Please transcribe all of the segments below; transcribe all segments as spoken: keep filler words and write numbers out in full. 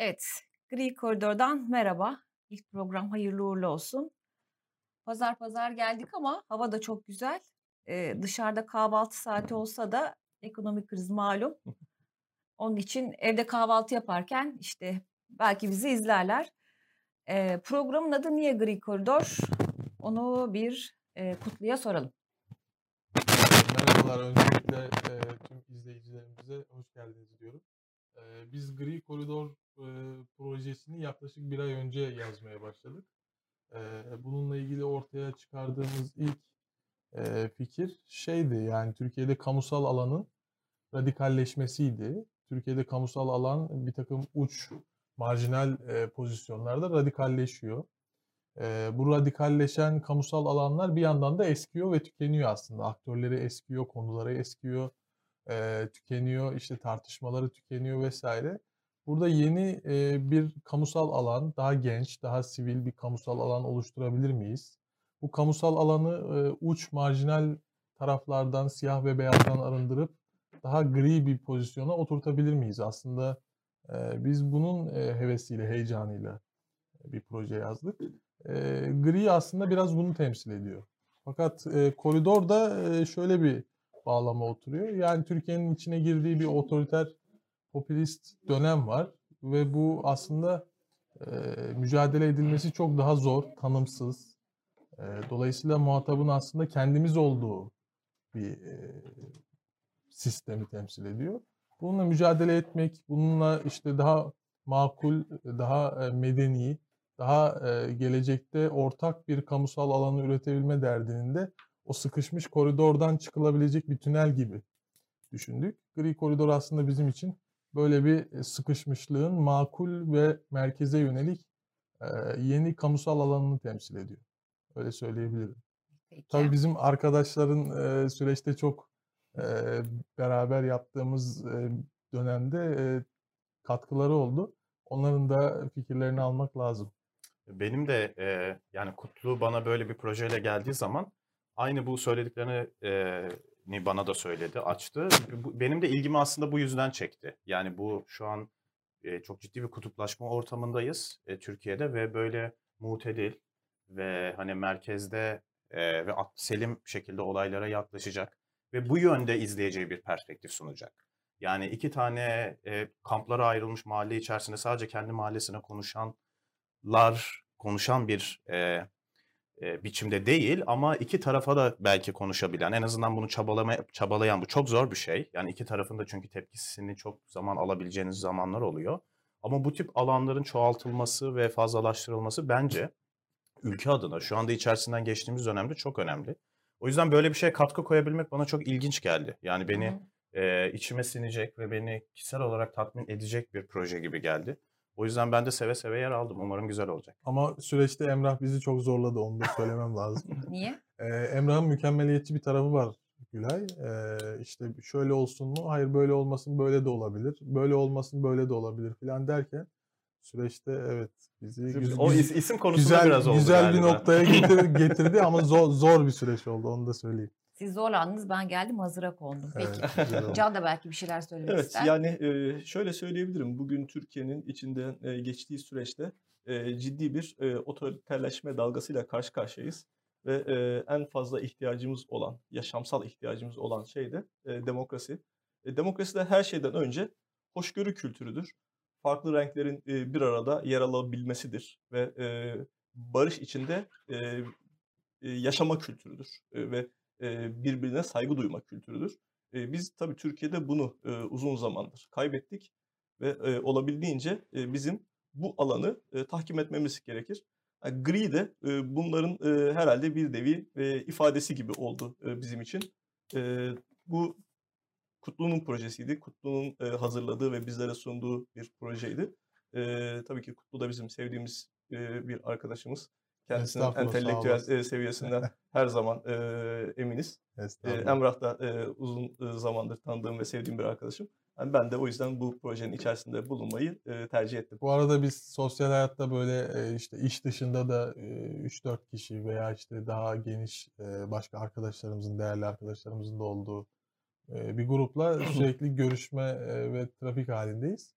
Evet, Gri Koridor'dan merhaba. İlk program hayırlı uğurlu olsun. Pazar pazar geldik ama hava da çok güzel. Eee, dışarıda kahvaltı saati olsa da ekonomik kriz malum. Onun için evde kahvaltı yaparken işte belki bizi izlerler. Eee, programın adı niye Gri Koridor? Onu bir eee, Kutlu'ya soralım. Merhabalar, öncelikle e, tüm izleyicilerimize hoş geldiniz diyorum. E, biz Gri Koridor e, projesini yaklaşık bir ay önce yazmaya başladık. E, bununla ilgili ortaya çıkardığımız ilk e, fikir şeydi, yani Türkiye'de kamusal alanın radikalleşmesiydi. Türkiye'de kamusal alan bir takım uç, marjinal e, pozisyonlarda radikalleşiyor. Ee, bu radikalleşen kamusal alanlar bir yandan da eskiyor ve tükeniyor aslında. Aktörleri eskiyor, konuları eskiyor, e, tükeniyor, işte tartışmaları tükeniyor vesaire. Burada yeni e, bir kamusal alan, daha genç, daha sivil bir kamusal alan oluşturabilir miyiz? Bu kamusal alanı e, uç, marjinal taraflardan, siyah ve beyazdan arındırıp daha gri bir pozisyona oturtabilir miyiz? Aslında e, biz bunun e, hevesiyle, heyecanıyla bir proje yazdık. E, Gri aslında biraz bunu temsil ediyor. Fakat e, koridor da e, şöyle bir bağlama oturuyor. Yani Türkiye'nin içine girdiği bir otoriter, popülist dönem var ve bu aslında e, mücadele edilmesi çok daha zor, tanımsız. E, dolayısıyla muhatabın aslında kendimiz olduğu bir e, sistemi temsil ediyor. Bununla mücadele etmek, bununla işte daha makul, daha e, medeni, daha e, gelecekte ortak bir kamusal alanı üretebilme derdinin de o sıkışmış koridordan çıkılabilecek bir tünel gibi düşündük. Gri koridor aslında bizim için böyle bir e, sıkışmışlığın makul ve merkeze yönelik e, yeni kamusal alanını temsil ediyor. Öyle söyleyebilirim. Peki. Tabii bizim arkadaşların e, süreçte çok e, beraber yaptığımız e, dönemde e, katkıları oldu. Onların da fikirlerini almak lazım. Benim de e, yani Kutlu bana böyle bir projeyle geldiği zaman aynı bu söylediklerini e, ni bana da söyledi, açtı. Bu- Benim de ilgimi aslında bu yüzden çekti. Yani bu şu an e, çok ciddi bir kutuplaşma ortamındayız e, Türkiye'de ve böyle mutedil ve hani merkezde e, ve aklı selim şekilde olaylara yaklaşacak ve bu yönde izleyeceği bir perspektif sunacak. Yani iki tane e, kamplara ayrılmış mahalle içerisinde sadece kendi mahallesine konuşan lar konuşan bir e, e, biçimde değil ama iki tarafa da belki konuşabilen, en azından bunu çabalama, çabalayan, bu çok zor bir şey. Yani iki tarafın da çünkü tepkisini çok zaman alabileceğiniz zamanlar oluyor. Ama bu tip alanların çoğaltılması ve fazlalaştırılması bence ülke adına şu anda içerisinden geçtiğimiz dönemde çok önemli. O yüzden böyle bir şeye katkı koyabilmek bana çok ilginç geldi. Yani Hı beni hı. e, içime sinecek ve beni kişisel olarak tatmin edecek bir proje gibi geldi. O yüzden ben de seve seve yer aldım. Umarım güzel olacak. Ama süreçte Emrah bizi çok zorladı, onu da söylemem lazım. Niye? E, Emrah'ın mükemmeliyetçi bir tarafı var Gülay. E, işte şöyle olsun mu? Hayır, böyle olmasın, böyle de olabilir. Böyle olmasın, böyle de olabilir filan derken süreçte evet bizi güz, O güz, is- isim konusunda güzel biraz oldu güzel bir galiba. noktaya getir, getirdi ama zor, zor bir süreç oldu, onu da söyleyeyim. Siz zorlandınız, ben geldim hazıra kondum. Peki. Evet, güzel oldu. Can da belki bir şeyler söylemek Evet, ister. yani, eee, şöyle söyleyebilirim. Bugün Türkiye'nin içinden, eee, geçtiği süreçte, eee, ciddi bir, eee, otoriterleşme dalgasıyla karşı karşıyayız ve, eee, en fazla ihtiyacımız olan, yaşamsal ihtiyacımız olan şey de, eee, demokrasi. E, demokrasi de her şeyden önce hoşgörü kültürüdür. Farklı renklerin, eee, bir arada yer alabilmesidir ve, eee, barış içinde, eee, eee, yaşama kültürüdür, eee, ve, eee, birbirine saygı duyma kültürüdür. Eee, biz tabii Türkiye'de bunu, eee, uzun zamandır kaybettik ve, eee, olabildiğince, eee, bizim bu alanı, eee, tahkim etmemiz gerekir. Ha, gri de, eee, bunların, eee, herhâlde bir nevi, eee, ifadesi gibi oldu, eee, bizim için. Eee, bu Kutlu'nun projesiydi. Kutlu'nun, eee, hazırladığı ve bizlere sunduğu bir projeydi. Eee, tabii ki Kutlu da bizim sevdiğimiz, eee, bir arkadaşımız. Kendisinin Estağfurullah, sağ entelektüel, olasın. eee, seviyesinden her zaman, eee, eminiz. Eee, Estağfurullah. Emrah da, eee, uzun, ııı, zamandır tanıdığım ve sevdiğim bir arkadaşım. Hani, ben de o yüzden bu projenin içerisinde bulunmayı, eee, tercih ettim. Bu arada biz sosyal hayatta böyle e, işte iş dışında da e, üç dört kişi veya işte daha geniş e, başka arkadaşlarımızın, değerli arkadaşlarımızın da olduğu e, bir grupla sürekli görüşme e, ve trafik halindeyiz.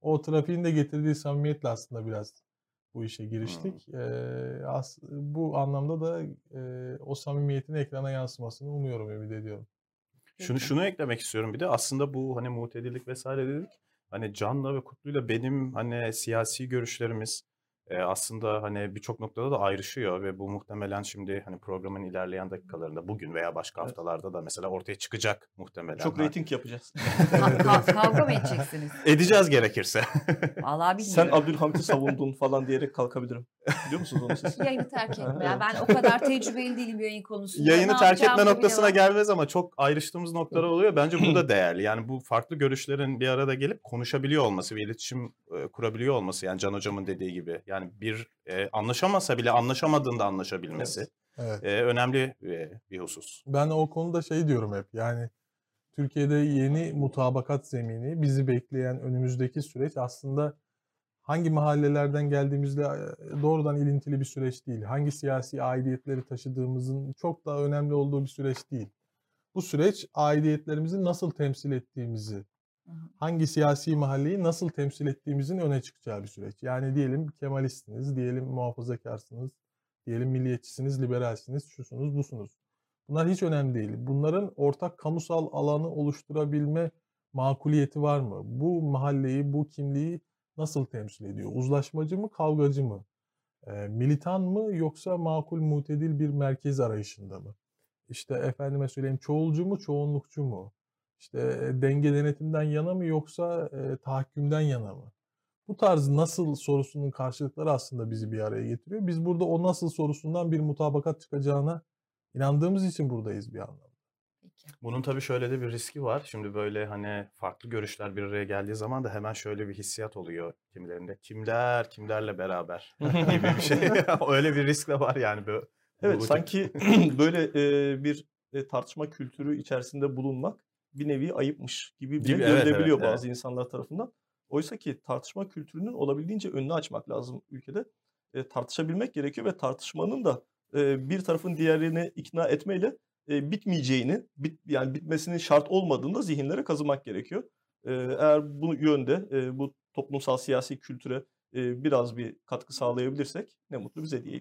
O trafiğin de getirdiği samimiyetle aslında biraz bu işe Hımm. giriştik. Eee, as bu anlamda da, eee, o samimiyetin ekrana yansımasını umuyorum, ümit ediyorum. Şunu Peki. şunu eklemek istiyorum bir de aslında bu, hani, mutedillik vesaire dedik. Hani, Can'la ve Kutlu'yla benim, hani, siyasi görüşlerimiz, eee, aslında, hani, birçok noktada da ayrışıyor ve bu muhtemelen şimdi, hani, programın ilerleyen dakikalarında bugün veya başka Evet. haftalarda da mesela ortaya çıkacak muhtemelen. Çok Ha reyting yapacağız. Ka Evet, ka evet. kavga mı edeceksiniz? Edeceğiz gerekirse. Vallahi Sen bilmiyorum. Abdülhamit'i savundun falan diyerek kalkabilirim. Biliyor musunuz onu siz? Yayını terk Ha, etme ya. evet. Ben o kadar tecrübeli değilim yayın konusunda. Ne Yayını terk etme yapacağımı da noktasına bilemem. gelmez ama çok ayrıştığımız noktalar oluyor. Bence bu da değerli. Yani bu farklı görüşlerin bir arada gelip konuşabiliyor olması ve iletişim, eee, kurabiliyor olması. Yani Can Hocam'ın dediği gibi. Yani bir, eee, anlaşamasa bile anlaşamadığında anlaşabilmesi, Evet. Evet. eee, önemli, eee, bir husus. Ben o konuda şey diyorum hep, yani Türkiye'de yeni mutabakat zemini, bizi bekleyen önümüzdeki süreç aslında hangi mahallelerden geldiğimizle eee, doğrudan ilintili bir süreç değil. Hangi siyasi aidiyetleri taşıdığımızın çok da önemli olduğu bir süreç değil. Bu süreç aidiyetlerimizi nasıl temsil ettiğimizi, Hı hı. hangi siyasi mahalleyi nasıl temsil ettiğimizin öne çıkacağı bir süreç. Yani diyelim Kemalistiniz, diyelim muhafazakarsınız, diyelim milliyetçisiniz, liberalsiniz, şusunuz, busunuz. Bunlar hiç önemli değil. Bunların ortak kamusal alanı oluşturabilme makuliyeti var mı? Bu mahalleyi, bu kimliği nasıl temsil ediyor? Uzlaşmacı mı, kavgacı mı? Eee, militan mı yoksa makul, mutedil bir merkez arayışında mı? İşte efendime söyleyeyim çoğulcu mu, çoğunlukçu mu? İşte eee, denge denetimden yana mı yoksa eee, tahakkümden yana mı? Bu tarz nasıl sorusunun karşılıkları aslında bizi bir araya getiriyor. Biz burada o nasıl sorusundan bir mutabakat çıkacağına inandığımız için buradayız bir anlamda. Peki. Bunun tabii şöyle de bir riski var. Şimdi böyle, hani, farklı görüşler bir araya geldiği zaman da hemen şöyle bir hissiyat oluyor kimilerinde. Kimler kimlerle beraber gibi bir şey. Öyle bir risk de var yani bu Evet, bu tip. sanki böyle, eee, bir, eee, tartışma kültürü içerisinde bulunmak bir nevi ayıpmış gibi bile Gibi, evet, evet, görülebiliyor evet. bazı insanlar tarafından. Oysa ki tartışma kültürünün olabildiğince önünü açmak lazım ülkede. Eee, tartışabilmek gerekiyor ve tartışmanın da, eee, bir tarafın diğerini ikna etmeyle, eee, bitmeyeceğini, bit yani bitmesinin şart olmadığını da zihinlere kazımak gerekiyor. Eee, eğer bu yönde, eee, bu toplumsal siyasi kültüre, eee, biraz bir katkı sağlayabilirsek ne mutlu bize diyeyim.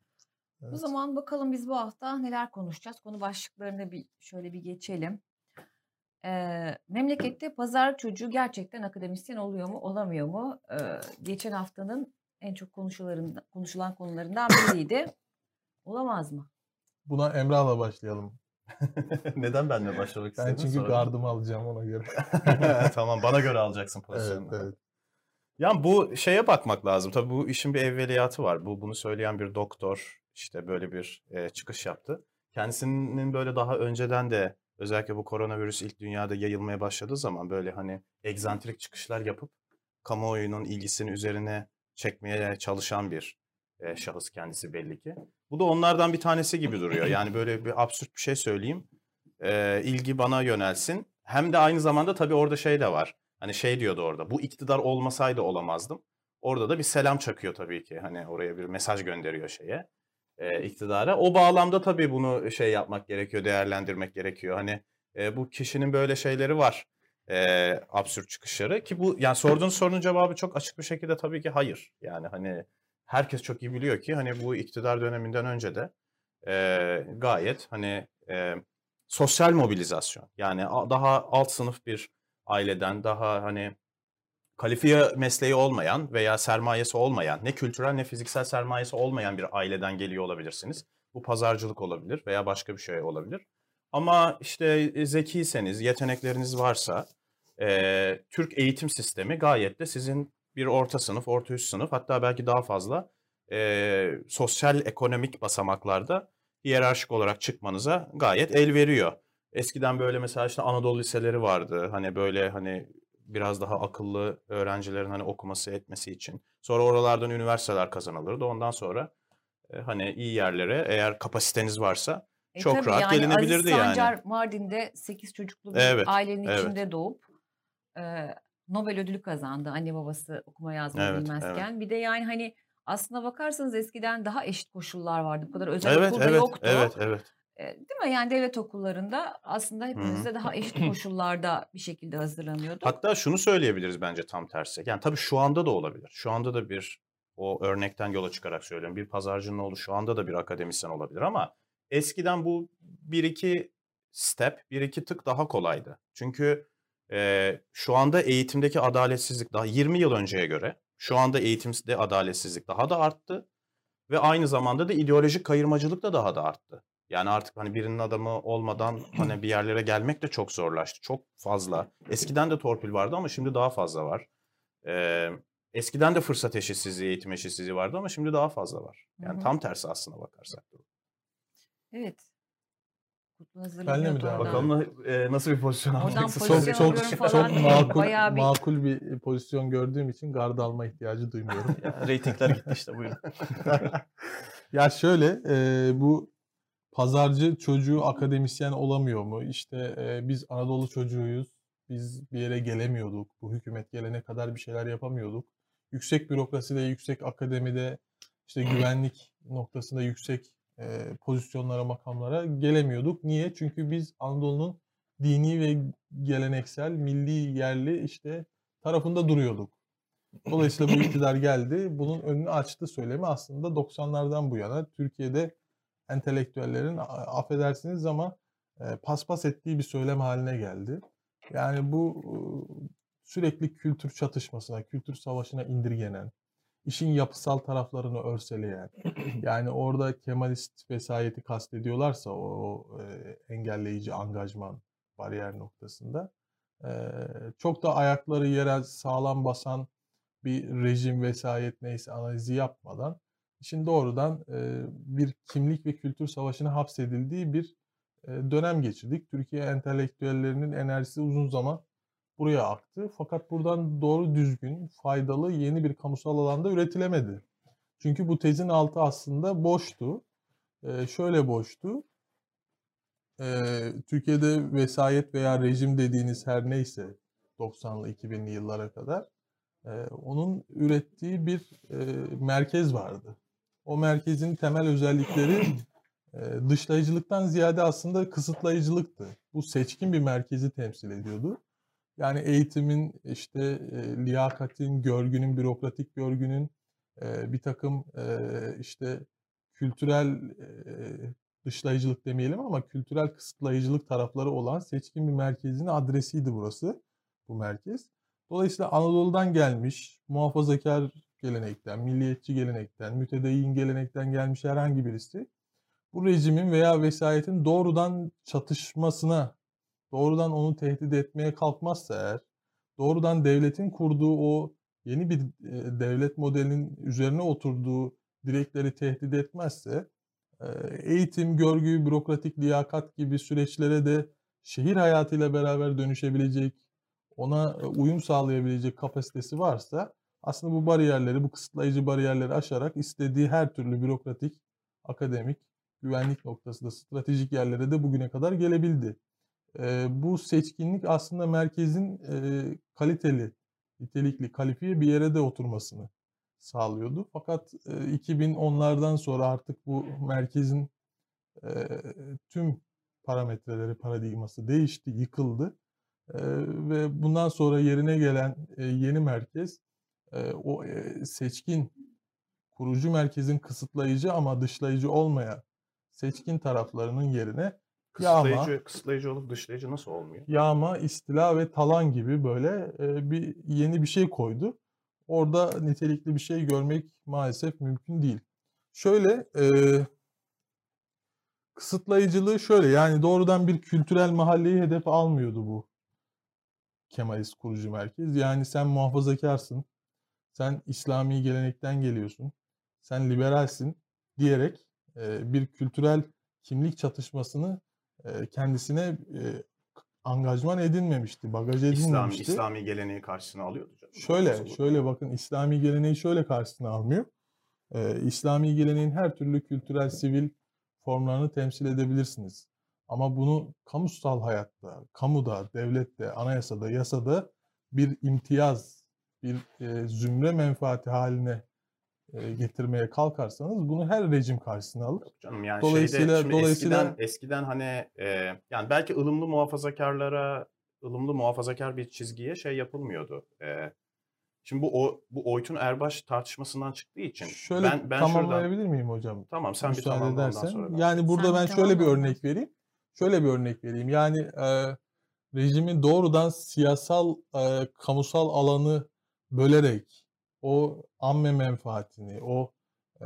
O Evet. zaman bakalım biz bu hafta neler konuşacağız? Konu başlıklarını bir şöyle bir geçelim. Eee, memlekette pazar çocuğu gerçekten akademisyen oluyor mu, olamıyor mu? Eee, geçen haftanın en çok konuşularında, konuşulan konularından biriydi. Olamaz mı? Buna Emrah'la başlayalım. Neden benimle başlamak Ben istedin çünkü sorabilir miyim? gardımı alacağım ona göre. Tamam, bana göre alacaksın Evet, pozisyonunu. evet. Yani bu şeye bakmak lazım. Tabii bu işin bir evveliyatı var. Bu bunu söyleyen bir doktor işte böyle bir e, çıkış yaptı. Kendisinin böyle daha önceden de özellikle bu koronavirüs ilk dünyada yayılmaya başladığı zaman böyle hani egzantrik çıkışlar yapıp kamuoyunun ilgisini üzerine çekmeye çalışan bir e, şahıs kendisi belli ki. Bu da onlardan bir tanesi gibi duruyor. Yani böyle bir absürt bir şey söyleyeyim. E, ilgi bana yönelsin. Hem de aynı zamanda tabii orada şey de var. Hani şey diyordu orada, bu iktidar olmasaydı olamazdım. Orada da bir selam çakıyor tabii ki. Hani oraya bir mesaj gönderiyor şeye, e, iktidara. O bağlamda tabii bunu şey yapmak gerekiyor, değerlendirmek gerekiyor. Hani e, bu kişinin böyle şeyleri var, e, absürt çıkışları. Ki bu yani sorduğunuz sorunun cevabı çok açık bir şekilde tabii ki hayır. Yani hani herkes çok iyi biliyor ki hani bu iktidar döneminden önce de e, gayet hani e, sosyal mobilizasyon. Yani a- daha alt sınıf bir aileden daha hani kalifiye mesleği olmayan veya sermayesi olmayan, ne kültürel ne fiziksel sermayesi olmayan bir aileden geliyor olabilirsiniz. Bu pazarcılık olabilir veya başka bir şey olabilir. Ama işte zekiyseniz, yetenekleriniz varsa e, Türk eğitim sistemi gayet de sizin bir orta sınıf, orta üst sınıf hatta belki daha fazla e, sosyal ekonomik basamaklarda hiyerarşik olarak çıkmanıza gayet el veriyor. Eskiden böyle mesela işte Anadolu liseleri vardı. Hani böyle hani biraz daha akıllı öğrencilerin hani okuması etmesi için. Sonra oralardan üniversiteler kazanılırdı. Ondan sonra e, hani iyi yerlere eğer kapasiteniz varsa E çok tabii rahat yani Aziz gelinebilirdi yani. Sancar Mardin'de sekiz çocuklu bir Evet, ailenin evet, içinde doğup eee, Nobel ödülü kazandı. Anne babası okuma yazma evet, evet. bilmezken. Bir de yani hani aslına bakarsanız eskiden daha eşit koşullar vardı. Bu kadar özel Evet, okul da evet, yoktu. evet, evet. E, değil mi? Yani devlet okullarında aslında Hı hepimiz hı. de daha eşit koşullarda bir şekilde hazırlanıyorduk. Hatta şunu söyleyebiliriz bence tam tersi. Yani tabii şu anda da olabilir. Şu anda da bir o örnekten yola çıkarak söylüyorum. Bir pazarcının oğlu şu anda da bir akademisyen olabilir ama eskiden bu bir iki step, bir iki tık daha kolaydı. Çünkü e, şu anda eğitimdeki adaletsizlik daha yirmi yıl önceye göre şu anda eğitimde adaletsizlik daha da arttı ve aynı zamanda da ideolojik kayırmacılık da daha da arttı. Yani artık hani birinin adamı olmadan hani bir yerlere gelmek de çok zorlaştı. Çok fazla. Eskiden de torpil vardı ama şimdi daha fazla var. Ee, eskiden de fırsat eşitsizliği, eğitim eşitsizliği vardı ama şimdi daha fazla var. Hı Yani hı. tam tersi aslına bakarsak. Evet. Kutlu Benle mi hazırlanıyordu devam oradan. edelim? Bakalım e, nasıl bir pozisyon Oradan alacaksın? Çok pozisyon çok alıyorum çok falan diye makul bayağı bir makul bir pozisyon gördüğüm için gard alma ihtiyacı duymuyorum. Ya, reytingler gitti işte, buyurun. Ya şöyle e, bu pazarcı çocuğu akademisyen olamıyor mu? İşte e, biz Anadolu çocuğuyuz. Biz bir yere gelemiyorduk. Bu hükümet gelene kadar bir şeyler yapamıyorduk. Yüksek bürokraside, yüksek akademide, işte güvenlik noktasında yüksek e, pozisyonlara, makamlara gelemiyorduk. Niye? Çünkü biz Anadolu'nun dini ve geleneksel, milli, yerli işte tarafında duruyorduk. Dolayısıyla bu iktidar geldi. Bunun önünü açtı söylemi aslında doksanlardan bu yana Türkiye'de entelektüellerin affedersiniz ama e, paspas ettiği bir söylem haline geldi. Yani bu e, sürekli kültür çatışmasına, kültür savaşına indirgenen, işin yapısal taraflarını örseleyen, yani orada Kemalist vesayeti kastediyorlarsa o, o e, engelleyici angajman bariyer noktasında e, çok da ayakları yere sağlam basan bir rejim vesayet neyse analizi yapmadan işin doğrudan e, bir kimlik ve kültür savaşına hapsedildiği bir e, dönem geçirdik. Türkiye entelektüellerinin enerjisi uzun zaman buraya aktı. Fakat buradan doğru düzgün, faydalı yeni bir kamusal alanda üretilemedi. Çünkü bu tezin altı aslında boştu. E, şöyle boştu. E, Türkiye'de vesayet veya rejim dediğiniz her neyse doksanlı iki binli yıllara kadar Ee, onun ürettiği bir e, merkez vardı. O merkezin temel özellikleri e, dışlayıcılıktan ziyade aslında kısıtlayıcılıktı. Bu seçkin bir merkezi temsil ediyordu. Yani eğitimin, işte e, liyakatin, görgünün, bürokratik görgünün e, bir takım e, işte kültürel e, dışlayıcılık demeyelim ama kültürel kısıtlayıcılık tarafları olan seçkin bir merkezin adresiydi burası, bu merkez. Dolayısıyla Anadolu'dan gelmiş, muhafazakar gelenekten, milliyetçi gelenekten, mütedeyyin gelenekten gelmiş herhangi birisi bu rejimin veya vesayetin doğrudan çatışmasına, doğrudan onu tehdit etmeye kalkmazsa eğer, doğrudan devletin kurduğu o yeni bir e, devlet modelinin üzerine oturduğu direkleri tehdit etmezse, e, eğitim, görgü, bürokratik liyakat gibi süreçlere de şehir hayatıyla beraber dönüşebilecek, ona e, uyum sağlayabilecek kapasitesi varsa, aslında bu bariyerleri, bu kısıtlayıcı bariyerleri aşarak istediği her türlü bürokratik, akademik, güvenlik noktasında stratejik yerlere de bugüne kadar gelebildi. E, bu seçkinlik aslında merkezin e, kaliteli, nitelikli, kalifiye bir yere de oturmasını sağlıyordu. Fakat e, iki bin onlardan sonra artık bu merkezin e, tüm parametreleri, paradigması değişti, yıkıldı. E, ve bundan sonra yerine gelen e, yeni merkez e, o e, seçkin kurucu merkezin kısıtlayıcı ama dışlayıcı olmayan seçkin taraflarının yerine yağma, Kısıtlayıcı, kısıtlayıcı olup dışlayıcı nasıl olmuyor? yağma, istila ve talan gibi böyle e, bir yeni bir şey koydu. Orada nitelikli bir şey görmek maalesef mümkün değil. Şöyle e, kısıtlayıcılığı şöyle, yani doğrudan bir kültürel mahalleyi hedef almıyordu bu Kemalist kurucu merkez. Yani sen muhafazakarsın, sen İslami gelenekten geliyorsun, sen liberalsin diyerek e, bir kültürel kimlik çatışmasını e, kendisine e, angajman edinmemişti, bagaj İslami, edinmemişti. İslami geleneği karşısına alıyordu canım. Şöyle, Nasıl olur? şöyle bakın, İslami geleneği şöyle karşısına almıyor. Ee, İslami geleneğin her türlü kültürel, sivil formlarını temsil edebilirsiniz. Ama bunu kamusal hayatta, kamuda, devlette, anayasada, yasada bir imtiyaz, bir e, zümre menfaati haline e, getirmeye kalkarsanız bunu her rejim karşısına alır. Yok canım yani Dolayısıyla şeyde, şimdi dolayısıyla eskiden eskiden hani e, yani belki ılımlı muhafazakarlara ılımlı muhafazakar bir çizgiye şey yapılmıyordu. E, şimdi bu o, bu Oytun Erbaş tartışmasından çıktığı için şöyle ben ben şuradan tamamlayabilir miyim hocam? tamam sen bir Müsaade tamamla ondan edersen. sonra ben. Yani burada Sen ben bir şöyle bir tamamla ondan örnek vereyim. Şöyle bir örnek vereyim. Yani e, rejimin doğrudan siyasal, e, kamusal alanı bölerek o amme menfaatini, o e,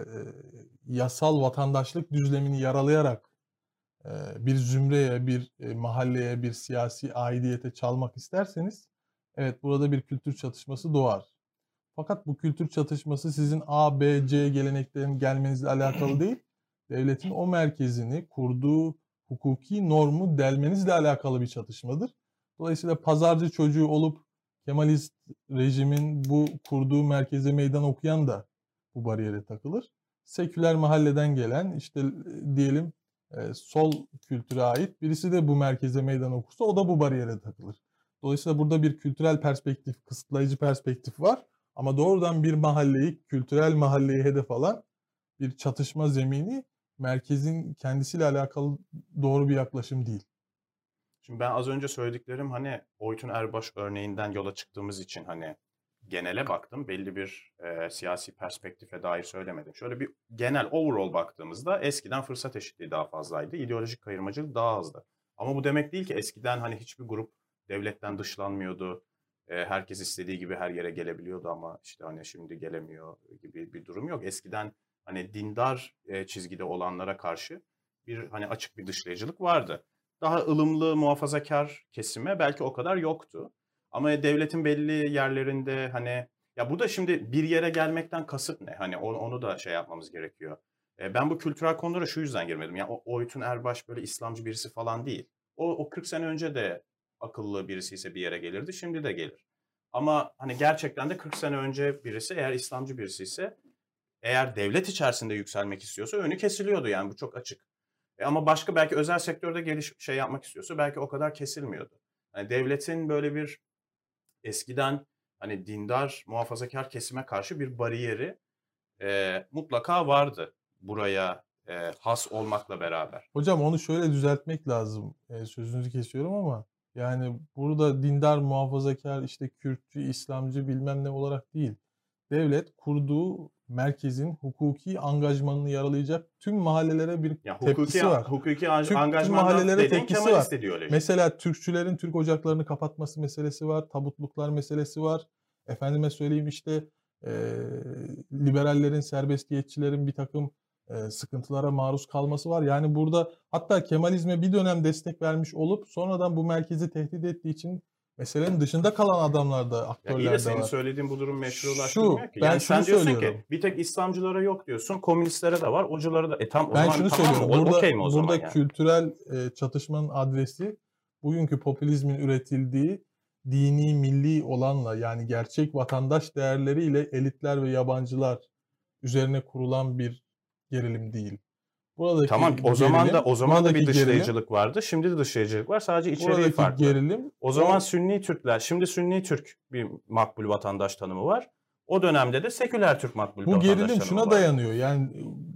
yasal vatandaşlık düzlemini yaralayarak e, bir zümreye, bir e, mahalleye, bir siyasi aidiyete çalmak isterseniz evet burada bir kültür çatışması doğar. Fakat bu kültür çatışması sizin A, B, C geleneklerin gelmenizle alakalı değil, devletin o merkezini kurduğu hukuki normu delmenizle alakalı bir çatışmadır. Dolayısıyla pazarcı çocuğu olup Kemalist rejimin bu kurduğu merkeze meydan okuyan da bu bariyere takılır. Seküler mahalleden gelen işte diyelim sol kültüre ait birisi de bu merkeze meydan okursa o da bu bariyere takılır. Dolayısıyla burada bir kültürel perspektif, kısıtlayıcı perspektif var. Ama doğrudan bir mahalleyi, kültürel mahalleyi hedef alan bir çatışma zemini merkezin kendisiyle alakalı doğru bir yaklaşım değil. Şimdi ben az önce söylediklerim hani Oytun Erbaş örneğinden yola çıktığımız için hani genele baktım. Belli bir e, siyasi perspektife dair söylemedim. Şöyle bir genel overall baktığımızda eskiden fırsat eşitliği daha fazlaydı. İdeolojik kayırmacılık daha azdı. Ama bu demek değil ki eskiden hani hiçbir grup devletten dışlanmıyordu. E, herkes istediği gibi her yere gelebiliyordu ama işte hani şimdi gelemiyor gibi bir durum yok. Eskiden hani dindar e, çizgide olanlara karşı bir hani açık bir dışlayıcılık vardı. Daha ılımlı muhafazakar kesime belki o kadar yoktu. Ama devletin belli yerlerinde hani ya bu da şimdi bir yere gelmekten kasıt ne? Hani onu, onu da şey yapmamız gerekiyor. E, ben bu kültürel konulara şu yüzden girmedim. Ya o Oytun Erbaş böyle İslamcı birisi falan değil. O, o kırk sene önce de akıllı birisi ise bir yere gelirdi. Şimdi de gelir. Ama hani gerçekten de kırk sene önce birisi eğer İslamcı birisi ise eğer devlet içerisinde yükselmek istiyorsa önü kesiliyordu. Yani bu çok açık. E ama başka belki özel sektörde geliş şey yapmak istiyorsa belki o kadar kesilmiyordu. Yani devletin böyle bir eskiden hani dindar muhafazakar kesime karşı bir bariyeri e, mutlaka vardı buraya e, has olmakla beraber. Hocam onu şöyle düzeltmek lazım. E, sözünüzü kesiyorum ama yani burada dindar muhafazakar işte Kürtçü, İslamcı bilmem ne olarak değil. Devlet kurduğu merkezin hukuki angajmanını yaralayacak tüm mahallelere bir Ya tepkisi hukuki, var. Hukuki Tüm, tüm angajmandan mahallelere dediğin tepkisi var. Kemalist ideoloji. Mesela Türkçülerin Türk ocaklarını kapatması meselesi var. Tabutluklar meselesi var. Efendime söyleyeyim işte e, liberallerin, serbestiyetçilerin bir takım e, sıkıntılara maruz kalması var. Yani burada hatta Kemalizme bir dönem destek vermiş olup sonradan bu merkezi tehdit ettiği için meselenin dışında kalan adamlar da, Ya iyi aktörler de de senin var. söylediğin bu durum meşrulaştırmıyor Şu, ki. ben Yani şunu sen diyorsun söylüyorum. ki bir tek İslamcılara yok diyorsun, komünistlere de var, oculara da. E tam o Ben zaman şunu tamam mı? söylüyorum. O- Burada, Okey mi o zaman burada yani? kültürel e, çatışmanın adresi bugünkü popülizmin üretildiği dini, milli olanla yani gerçek vatandaş değerleriyle elitler ve yabancılar üzerine kurulan bir gerilim değil. Buradaki Tamam o zaman gerilim, da o zaman da bir buradaki gerilim, dışlayıcılık vardı. Şimdi de dışlayıcılık var. Sadece içeriği buradaki farklı. gerilim O zaman o- Sünni Türkler, şimdi Sünni Türk bir makbul vatandaş tanımı var. O dönemde de seküler Türk makbul bu vatandaş gerilim tanımı şuna var. dayanıyor. Yani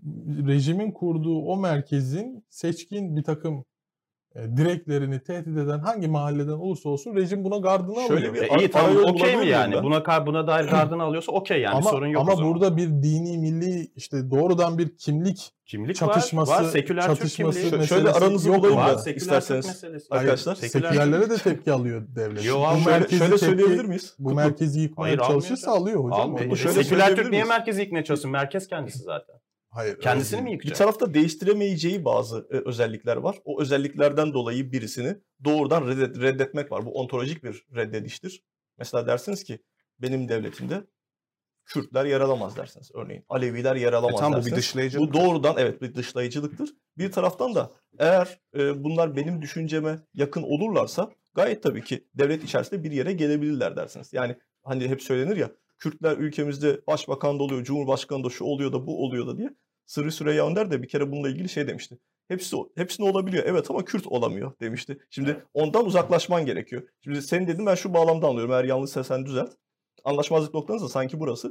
rejimin kurduğu o merkezin seçkin bir takım e, direklerini tehdit eden hangi mahalleden olursa olsun rejim buna gardını alıyor. Şöyle bir E iyi ar- tamam arayol okey mi bulabilir miyim yani? ben? Buna kar- buna dair gardını alıyorsa okey yani bir ama sorun yok ama o zaman. burada bir dini milli işte doğrudan bir kimlik Kimlik çatışması, var, var. Seküler Türk çatışması kimliği. meselesi Şöyle aranızı yok bulayım ama. Var, da seküler isterseniz Türk meselesi. arkadaşlar. Hayır, Sekülerlere de tepki alıyor devlet. Yo, bu ama Şöyle, merkezi şöyle tepki, söyleyebilir miyiz? bu Kutlu. merkezi yıkmaya Hayır, almıyor çalışırsa canım. alıyor hocam. Almıyor. Onu şöyle söyleyeyim. Seküler söyleyebilir Türk niye miyiz? merkezi yıkmaya çalışsın? Merkez kendisi zaten. Hayır, öyle Kendisini mi değil. yıkacak? Bir tarafta değiştiremeyeceği bazı e, özellikler var. O özelliklerden dolayı birisini doğrudan reddet, reddetmek var. Bu ontolojik bir reddediştir. Mesela dersiniz ki benim devletimde Kürtler yer alamaz dersiniz örneğin. Aleviler yer E alamaz tamam bu bir dersiniz. dışlayıcılık. Bu doğrudan evet bir dışlayıcılıktır. Bir taraftan da eğer e, bunlar benim düşünceme yakın olurlarsa gayet tabii ki devlet içerisinde bir yere gelebilirler dersiniz. Yani hani hep söylenir ya Kürtler ülkemizde başbakan da oluyor, cumhurbaşkanı da şu oluyor da bu oluyor da diye. Sırrı Süreyya Önder de bir kere bununla ilgili şey demişti. Hepsi hepsine olabiliyor. Evet ama Kürt olamıyor demişti. Şimdi Evet. ondan uzaklaşman gerekiyor. Şimdi senin dedim ben şu bağlamda anlıyorum. Eğer yanlışsa sen düzelt. Anlaşmazlık noktanız da sanki burası.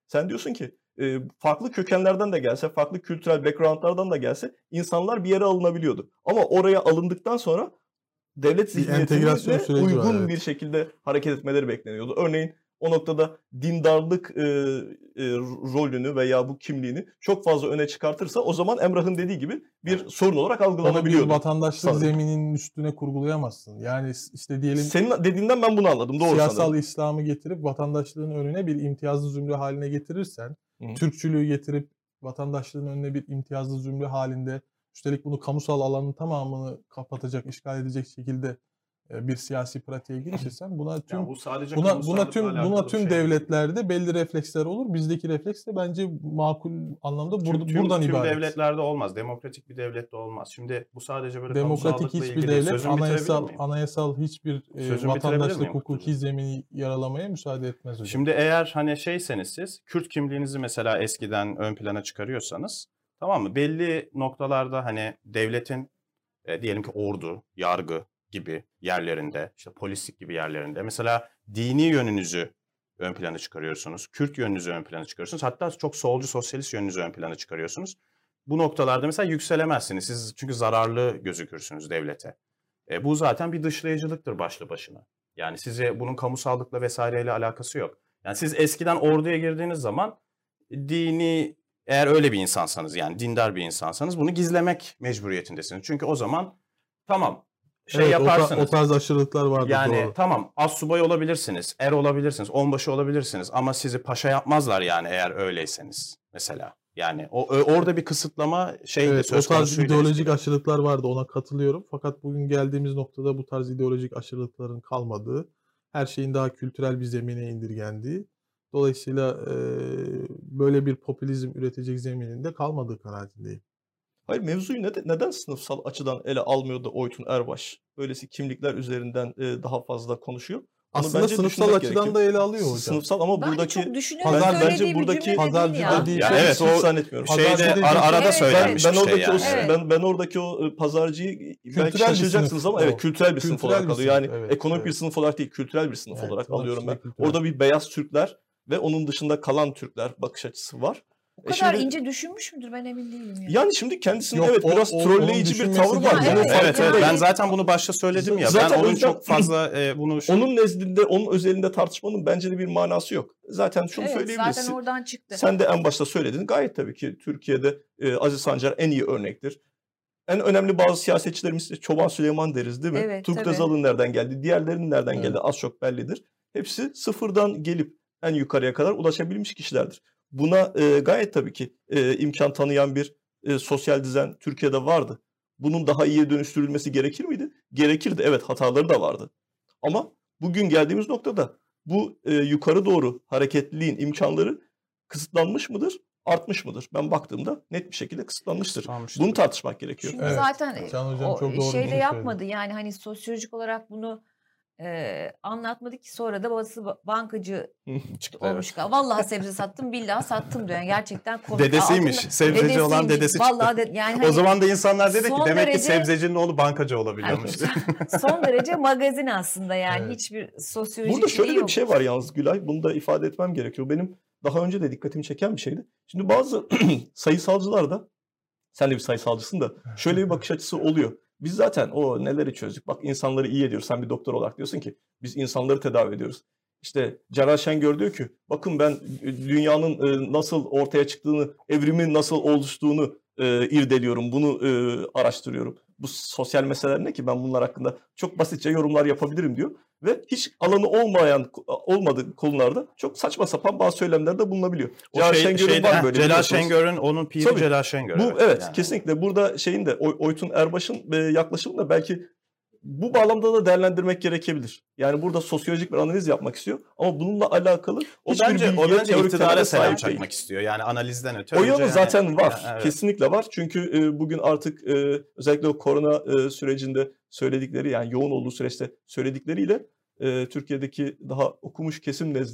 Sen diyorsun ki e, farklı kökenlerden de gelse, farklı kültürel backgroundlardan da gelse insanlar bir yere alınabiliyordu. Ama oraya alındıktan sonra devlet Bir entegrasyon zihniyetine süreci var, uygun evet. bir şekilde hareket etmeleri bekleniyordu. Örneğin o noktada dindarlık e, e, rolünü veya bu kimliğini çok fazla öne çıkartırsa o zaman Emrah'ın dediği gibi bir sorun olarak Onu bir algılanabiliyordu. vatandaşlık sanırım. zemininin üstüne kurgulayamazsın. Yani işte diyelim Senin dediğinden ben bunu anladım. Doğru siyasal sanırım. İslam'ı getirip vatandaşlığın önüne bir imtiyazlı zümre haline getirirsen, Hı. Türkçülüğü getirip vatandaşlığın önüne bir imtiyazlı zümre halinde, üstelik bunu kamusal alanın tamamını kapatacak, işgal edecek şekilde e, bir siyasi pratiğe girişirsen buna tüm Yani bu sadece buna buna kamusallıkla tüm buna alakalı tüm bir şey değil. devletlerde belli refleksler olur. Bizdeki refleks de bence makul anlamda Tüm, burada tüm, buradan tüm ibaret. devletlerde olmaz. Demokratik bir devlette olmaz. Şimdi bu sadece böyle Demokratik kamusallıkla hiçbir ilgili. devlet Sözümü bitirebilir anayasal miyim? anayasal hiçbir e, Sözümü bitirebilir vatandaşlık miyim hukuki Mutlucuğum? zemini yaralamaya müsaade etmez hocam. Şimdi eğer hani şeyseniz siz Kürt kimliğinizi mesela eskiden ön plana çıkarıyorsanız, tamam mı? Belli noktalarda hani devletin e, diyelim ki ordu, yargı gibi yerlerinde, işte polislik gibi yerlerinde mesela dini yönünüzü ön plana çıkarıyorsunuz. Kürt yönünüzü ön plana çıkarıyorsunuz. Hatta çok solcu, sosyalist yönünüzü ön plana çıkarıyorsunuz. Bu noktalarda mesela yükselemezsiniz. Siz çünkü zararlı gözükürsünüz devlete. E, bu zaten bir dışlayıcılıktır başlı başına. Yani size bunun kamusallıkla vesaireyle alakası yok. Yani siz eskiden orduya girdiğiniz zaman dini, eğer öyle bir insansanız, yani dindar bir insansanız, bunu gizlemek mecburiyetindesiniz. Çünkü o zaman tamam şey Evet, o, ta- yaparsınız. o tarz aşırılıklar vardı, Yani doğru. tamam assubay olabilirsiniz, er olabilirsiniz, onbaşı olabilirsiniz ama sizi paşa yapmazlar yani eğer öyleyseniz mesela. Yani o ö- orada bir kısıtlama şey de Evet, o söz tarz konusuydu ideolojik eskiden. aşırılıklar vardı, ona katılıyorum. Fakat bugün geldiğimiz noktada bu tarz ideolojik aşırılıkların kalmadığı, her şeyin daha kültürel bir zemine indirgendiği, dolayısıyla e, böyle bir popülizm üretecek zeminin de kalmadığı kanaatindeyim. Hayır, mevzuyu neden, neden sınıfsal açıdan ele almıyor da Oytun Erbaş? Böylesi kimlikler üzerinden e, daha fazla konuşuyor. Onu Aslında bence sınıfsal düşünmek açıdan gerekiyor. da ele alıyor hocam. Sınıfsal ama Bence buradaki çok düşünerek Pazar- söylediği bence bir buradaki cümle de pazarcı değil da ya. değil. Ya Hiç evet, hiç o zannetmiyorum. şeyde Pazarcı ara, dediği- arada Evet, söylenmiş Ben bir şey oradaki o yani. Evet. ben ben oradaki o e, pazarcıyı belki Kültürel bir şaşıracaksınız sınıf ama o. evet kültürel bir sınıf Kültürel olarak bir alıyor. sınıf, Yani evet, ekonomik evet. bir sınıf olarak değil, kültürel bir sınıf Evet, olarak tırnak alıyorum ben. içinde kültürel. Orada bir beyaz Türkler ve onun dışında kalan Türkler bakış açısı var. O E kadar şimdi- ince düşünmüş müdür ben emin değilim ya. Yani şimdi kendisinin Yok, evet o- biraz o- onun trolleyici bir düşünmesi tavrı var. değil. Bunun Evet, Evet, evet, farkındayım. ben zaten bunu başta söyledim ya. Zaten ben o onun yüzden- çok fazla e, bunu şu- Onun nezdinde, onun özelinde tartışmanın bence de bir manası yok. Zaten şunu Evet, söyleyebiliriz. zaten oradan çıktı. Sen de en başta söyledin. Gayet tabii ki Türkiye'de e, Aziz Sancar en iyi örnektir. En önemli bazı siyasetçilerimiz de Çoban Süleyman deriz değil mi? Evet, Turgut tabii. Özal'ın nereden geldi, diğerlerinin nereden Evet. geldi az çok bellidir. Hepsi sıfırdan gelip en yukarıya kadar ulaşabilmiş kişilerdir. Buna e, gayet tabii ki e, imkan tanıyan bir e, sosyal düzen Türkiye'de vardı. Bunun daha iyiye dönüştürülmesi gerekir miydi? Gerekirdi. Evet, hataları da vardı. Ama bugün geldiğimiz noktada bu e, yukarı doğru hareketliliğin imkanları kısıtlanmış mıdır, artmış mıdır? Ben baktığımda net bir şekilde kısıtlanmıştır. Kısıtlanmıştır. Bunu tartışmak gerekiyor. Çünkü Evet, zaten Can Hocam o çok doğru bir şeyde şey yapmadı. Yani hani sosyolojik olarak bunu e, anlatmadı ki sonra da babası ba- bankacı çıktı. olmuş. Evet. Vallahi sebze sattım, billahi sattım diyor. Yani gerçekten komik. Dedesiymiş. Altında- Sebzeci olan dedesiymiş. dedesi çıktı. Vallahi de- yani O hani zaman da insanlar dedi ki son demek derece- ki sebzecinin oğlu bankacı olabiliyormuş. son derece magazin aslında yani Evet. hiçbir sosyolojik Burada şöyle şeyi de yok. bir şey var yalnız Gülay. Bunu da ifade etmem gerekiyor. Benim daha önce de dikkatimi çeken bir şeydi. Şimdi bazı sayısalcılar da, sen de bir sayısalcısın da, şöyle bir bakış açısı oluyor. Biz zaten o neleri çözdük. Bak insanları iyi ediyoruz. Sen bir doktor olarak diyorsun ki biz insanları tedavi ediyoruz. İşte Celal Şengör diyor ki bakın ben dünyanın e, nasıl ortaya çıktığını, evrimin nasıl oluştuğunu e, irdeliyorum. Bunu e, araştırıyorum. Bu sosyal meseleler ne ki? Ben bunlar hakkında çok basitçe yorumlar yapabilirim diyor. Ve hiç alanı olmayan olmadığı konularda çok saçma sapan bazı söylemlerde bulunabiliyor. O Celal şey, Şengör'ün şeyde, var heh, böyle, Celal biliyorsunuz. Şengör'ün onun piri Tabii. Celal Şengör. Bu evet, yani. kesinlikle burada şeyin de Oy- Oytun Erbaş'ın e, yaklaşımını da belki bu bağlamda da değerlendirmek gerekebilir. Yani burada sosyolojik bir analiz yapmak istiyor ama bununla alakalı O hiçbir bence, o bilgiye, bence teorik iktidara temele selam sahip değil. çakmak istiyor. Yani analizden öte. O önce yanı yani- zaten var. Yani evet. Kesinlikle var. Çünkü e, bugün artık e, özellikle o korona e, sürecinde söyledikleri, yani yoğun olduğu süreçte söyledikleriyle e, Türkiye'deki daha okumuş kesim nezdinde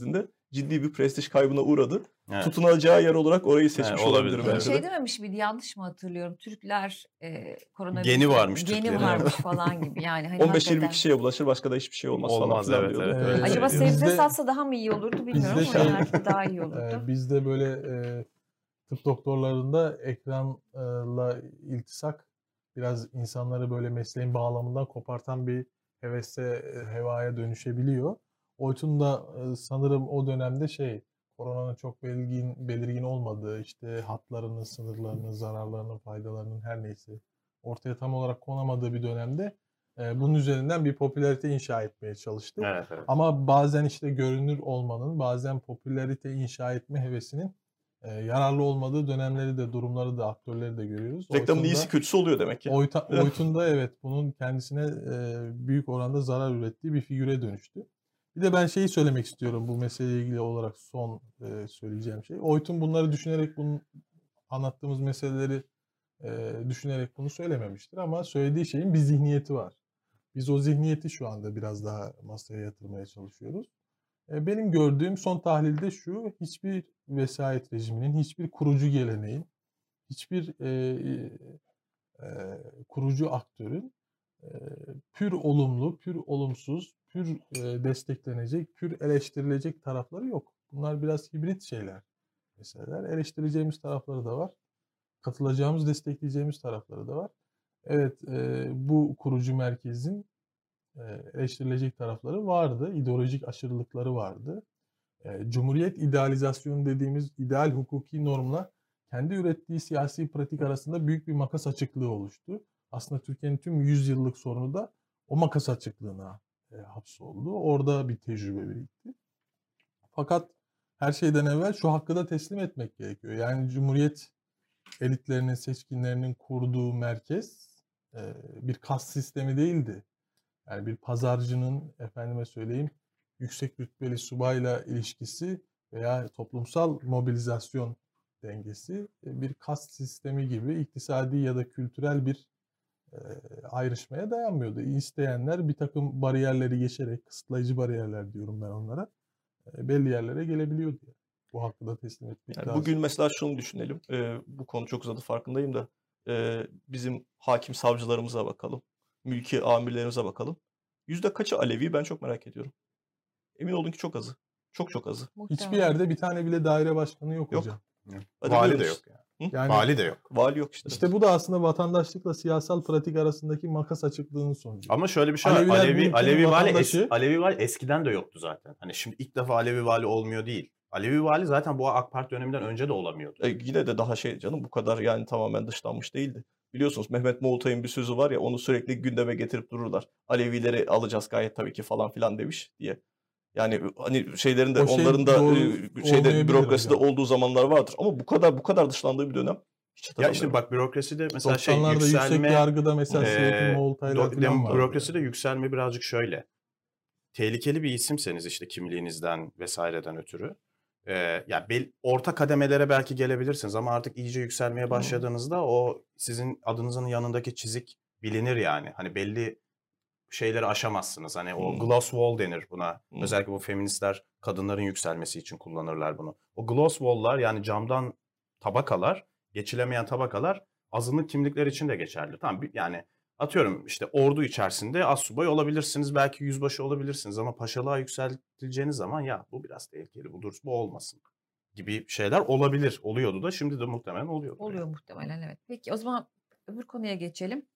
ciddi bir prestij kaybına uğradı. Evet. Tutunacağı yer olarak orayı seçmiş Evet, olabilir, olabilir evet. bence Şey de. dememiş miydi, yanlış mı hatırlıyorum? Türkler e, koronavirüs Geni varmış geni Türklerin. varmış falan gibi. Yani hani on beş yirmi hakikaten. kişiye bulaşır, başka da hiçbir şey olmaz, falan Olmaz, filan evet, diyordu. evet, öyle Ee, Acaba söylüyor. sebze bizde satsa daha mı iyi olurdu bilmiyorum bizde ama şey belki daha iyi e, olurdu. bizde böyle e, tıp doktorlarında ekranla iltisak biraz insanları böyle mesleğin bağlamından kopartan bir hevese, e, hevaya dönüşebiliyor. Oytun da e, sanırım o dönemde şey koronanın çok belirgin belirgin olmadığı, işte hatlarının, sınırlarının, zararlarının, faydalarının her neyse ortaya tam olarak konamadığı bir dönemde e, bunun üzerinden bir popülarite inşa etmeye çalıştı. Evet, evet. Ama bazen işte görünür olmanın, bazen popülarite inşa etme hevesinin e, yararlı olmadığı dönemleri de, durumları da, aktörleri de görüyoruz. Reklamın Oytun iyisi da kötüsü oluyor demek ki. Oyta, Oytun da evet bunun kendisine e, büyük oranda zarar ürettiği bir figüre dönüştü. Bir de ben şeyi söylemek istiyorum bu meseleyle ilgili olarak son e, söyleyeceğim şey. Oytun bunları düşünerek, bunun anlattığımız meseleleri e, düşünerek bunu söylememiştir ama söylediği şeyin bir zihniyeti var. Biz o zihniyeti şu anda biraz daha masaya yatırmaya çalışıyoruz. E, benim gördüğüm son tahlilde şu: hiçbir vesayet rejiminin, hiçbir kurucu geleneğin, hiçbir e, e, kurucu aktörün e, pür olumlu, pür olumsuz, pür e, desteklenecek, pür eleştirilecek tarafları yok. Bunlar biraz hibrit şeyler, meseleler. Eleştireceğimiz tarafları da var. Katılacağımız, destekleyeceğimiz tarafları da var. Evet, e, bu kurucu merkezin e, eleştirilecek tarafları vardı. İdeolojik aşırılıkları vardı. E, Cumhuriyet idealizasyonu dediğimiz ideal hukuki normla kendi ürettiği siyasi pratik arasında büyük bir makas açıklığı oluştu. Aslında Türkiye'nin tüm yüz yıllık sorunu da o makas açıklığına e, hapsoldu. Orada bir tecrübe birikti. Fakat her şeyden evvel şu hakkı da teslim etmek gerekiyor. Yani Cumhuriyet elitlerinin, seçkinlerinin kurduğu merkez e, bir kas sistemi değildi. Yani bir pazarcının, efendime söyleyeyim, yüksek rütbeli subayla ilişkisi veya toplumsal mobilizasyon dengesi bir kast sistemi gibi iktisadi ya da kültürel bir e, ayrışmaya dayanmıyordu. İsteyenler bir takım bariyerleri geçerek, kısıtlayıcı bariyerler diyorum ben onlara, e, belli yerlere gelebiliyordu. Yani. Bu hakkı da teslim etmek Yani lazım. bugün mesela şunu düşünelim. E, bu konu çok uzadı, farkındayım da. E, bizim hakim savcılarımıza bakalım. Mülki amirlerimize bakalım. Yüzde kaçı Alevi, ben çok merak ediyorum. Emin olun ki çok azı. Çok çok azı. Hiçbir Muhtemelen. yerde bir tane bile daire başkanı yok, Yok. hocam. Hadi Vali de buyurunuz. yok yani. Hı? Yani Vali de yok. Vali yok işte. İşte bu da aslında vatandaşlıkla siyasal pratik arasındaki makas açıklığının sonucu. Ama şöyle bir şey var. Aleviler bu Alevi ülkenin Alevi vali es, vatandaşı. Alevi vali eskiden de yoktu zaten. Hani şimdi ilk defa Alevi vali olmuyor değil. Alevi vali zaten bu AK Parti döneminden önce de olamıyordu. E, yine de daha şey canım, bu kadar yani tamamen dışlanmış değildi. Biliyorsunuz Mehmet Moğoltay'ın bir sözü var ya, onu sürekli gündeme getirip dururlar. Alevileri alacağız gayet tabii ki falan filan demiş diye. Yani hani şeylerin de O şey onların da doğru e, şeyde olmayabilir bürokraside hocam. olduğu zamanlar vardır. Ama bu kadar bu kadar dışlandığı bir dönem hiç Ya hatırlamıyorum. işte bak bürokraside mesela şey doksanlarda yüksek yükselme yargıda mesela e, Seyfettin Moğoltaylar do- falan dem- vardı. bürokraside Yani. yükselme birazcık şöyle. Tehlikeli bir isimseniz işte kimliğinizden vesaireden ötürü. E, ya bel- orta kademelere belki gelebilirsiniz ama artık iyice yükselmeye başladığınızda o sizin adınızın yanındaki çizik bilinir yani. Hani belli şeyleri aşamazsınız. Hani o Hmm. glass wall denir buna. Hmm. Özellikle bu feministler kadınların yükselmesi için kullanırlar bunu. O glass wall'lar yani camdan tabakalar, geçilemeyen tabakalar azınlık kimlikler için de geçerli. Tamam yani atıyorum işte ordu içerisinde astsubay olabilirsiniz, belki yüzbaşı olabilirsiniz ama paşalığa yükseltileceğiniz zaman ya bu biraz tehlikeli, bu dursun, bu olmasın gibi şeyler olabilir. Oluyordu da şimdi de muhtemelen oluyor. Oluyor Yani. muhtemelen, evet. Peki o zaman öbür konuya geçelim.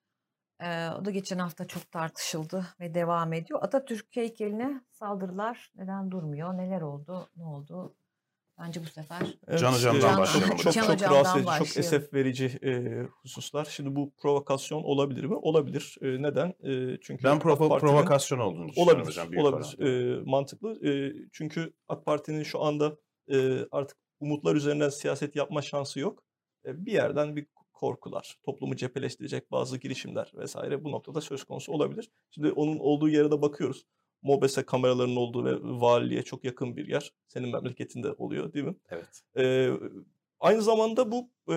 Ee, o da geçen hafta çok tartışıldı ve devam ediyor. Atatürk heykeline saldırılar neden durmuyor? Neler oldu? Ne oldu? Bence bu sefer Evet, Can Hocam'dan e, başlayalım Çok hocam. çok, Can çok Hocam'dan rahatsız edici, çok başlayalım. esef verici e, hususlar. Şimdi bu provokasyon olabilir mi? Olabilir. E, neden? E, çünkü Ben AK provo- Parti'nin provokasyon olduğunu düşünüyorum olabilir, hocam büyük olabilir. oranda. E, mantıklı. E, çünkü AK Parti'nin şu anda e, artık umutlar üzerinden siyaset yapma şansı yok. E, bir yerden bir korkular, toplumu cepheleştirecek bazı girişimler vesaire bu noktada söz konusu olabilir. Şimdi onun olduğu yere de bakıyoruz. MOBESE kameralarının olduğu ve valiliğe çok yakın bir yer. Senin memleketinde oluyor değil mi? Evet. Ee, aynı zamanda bu e,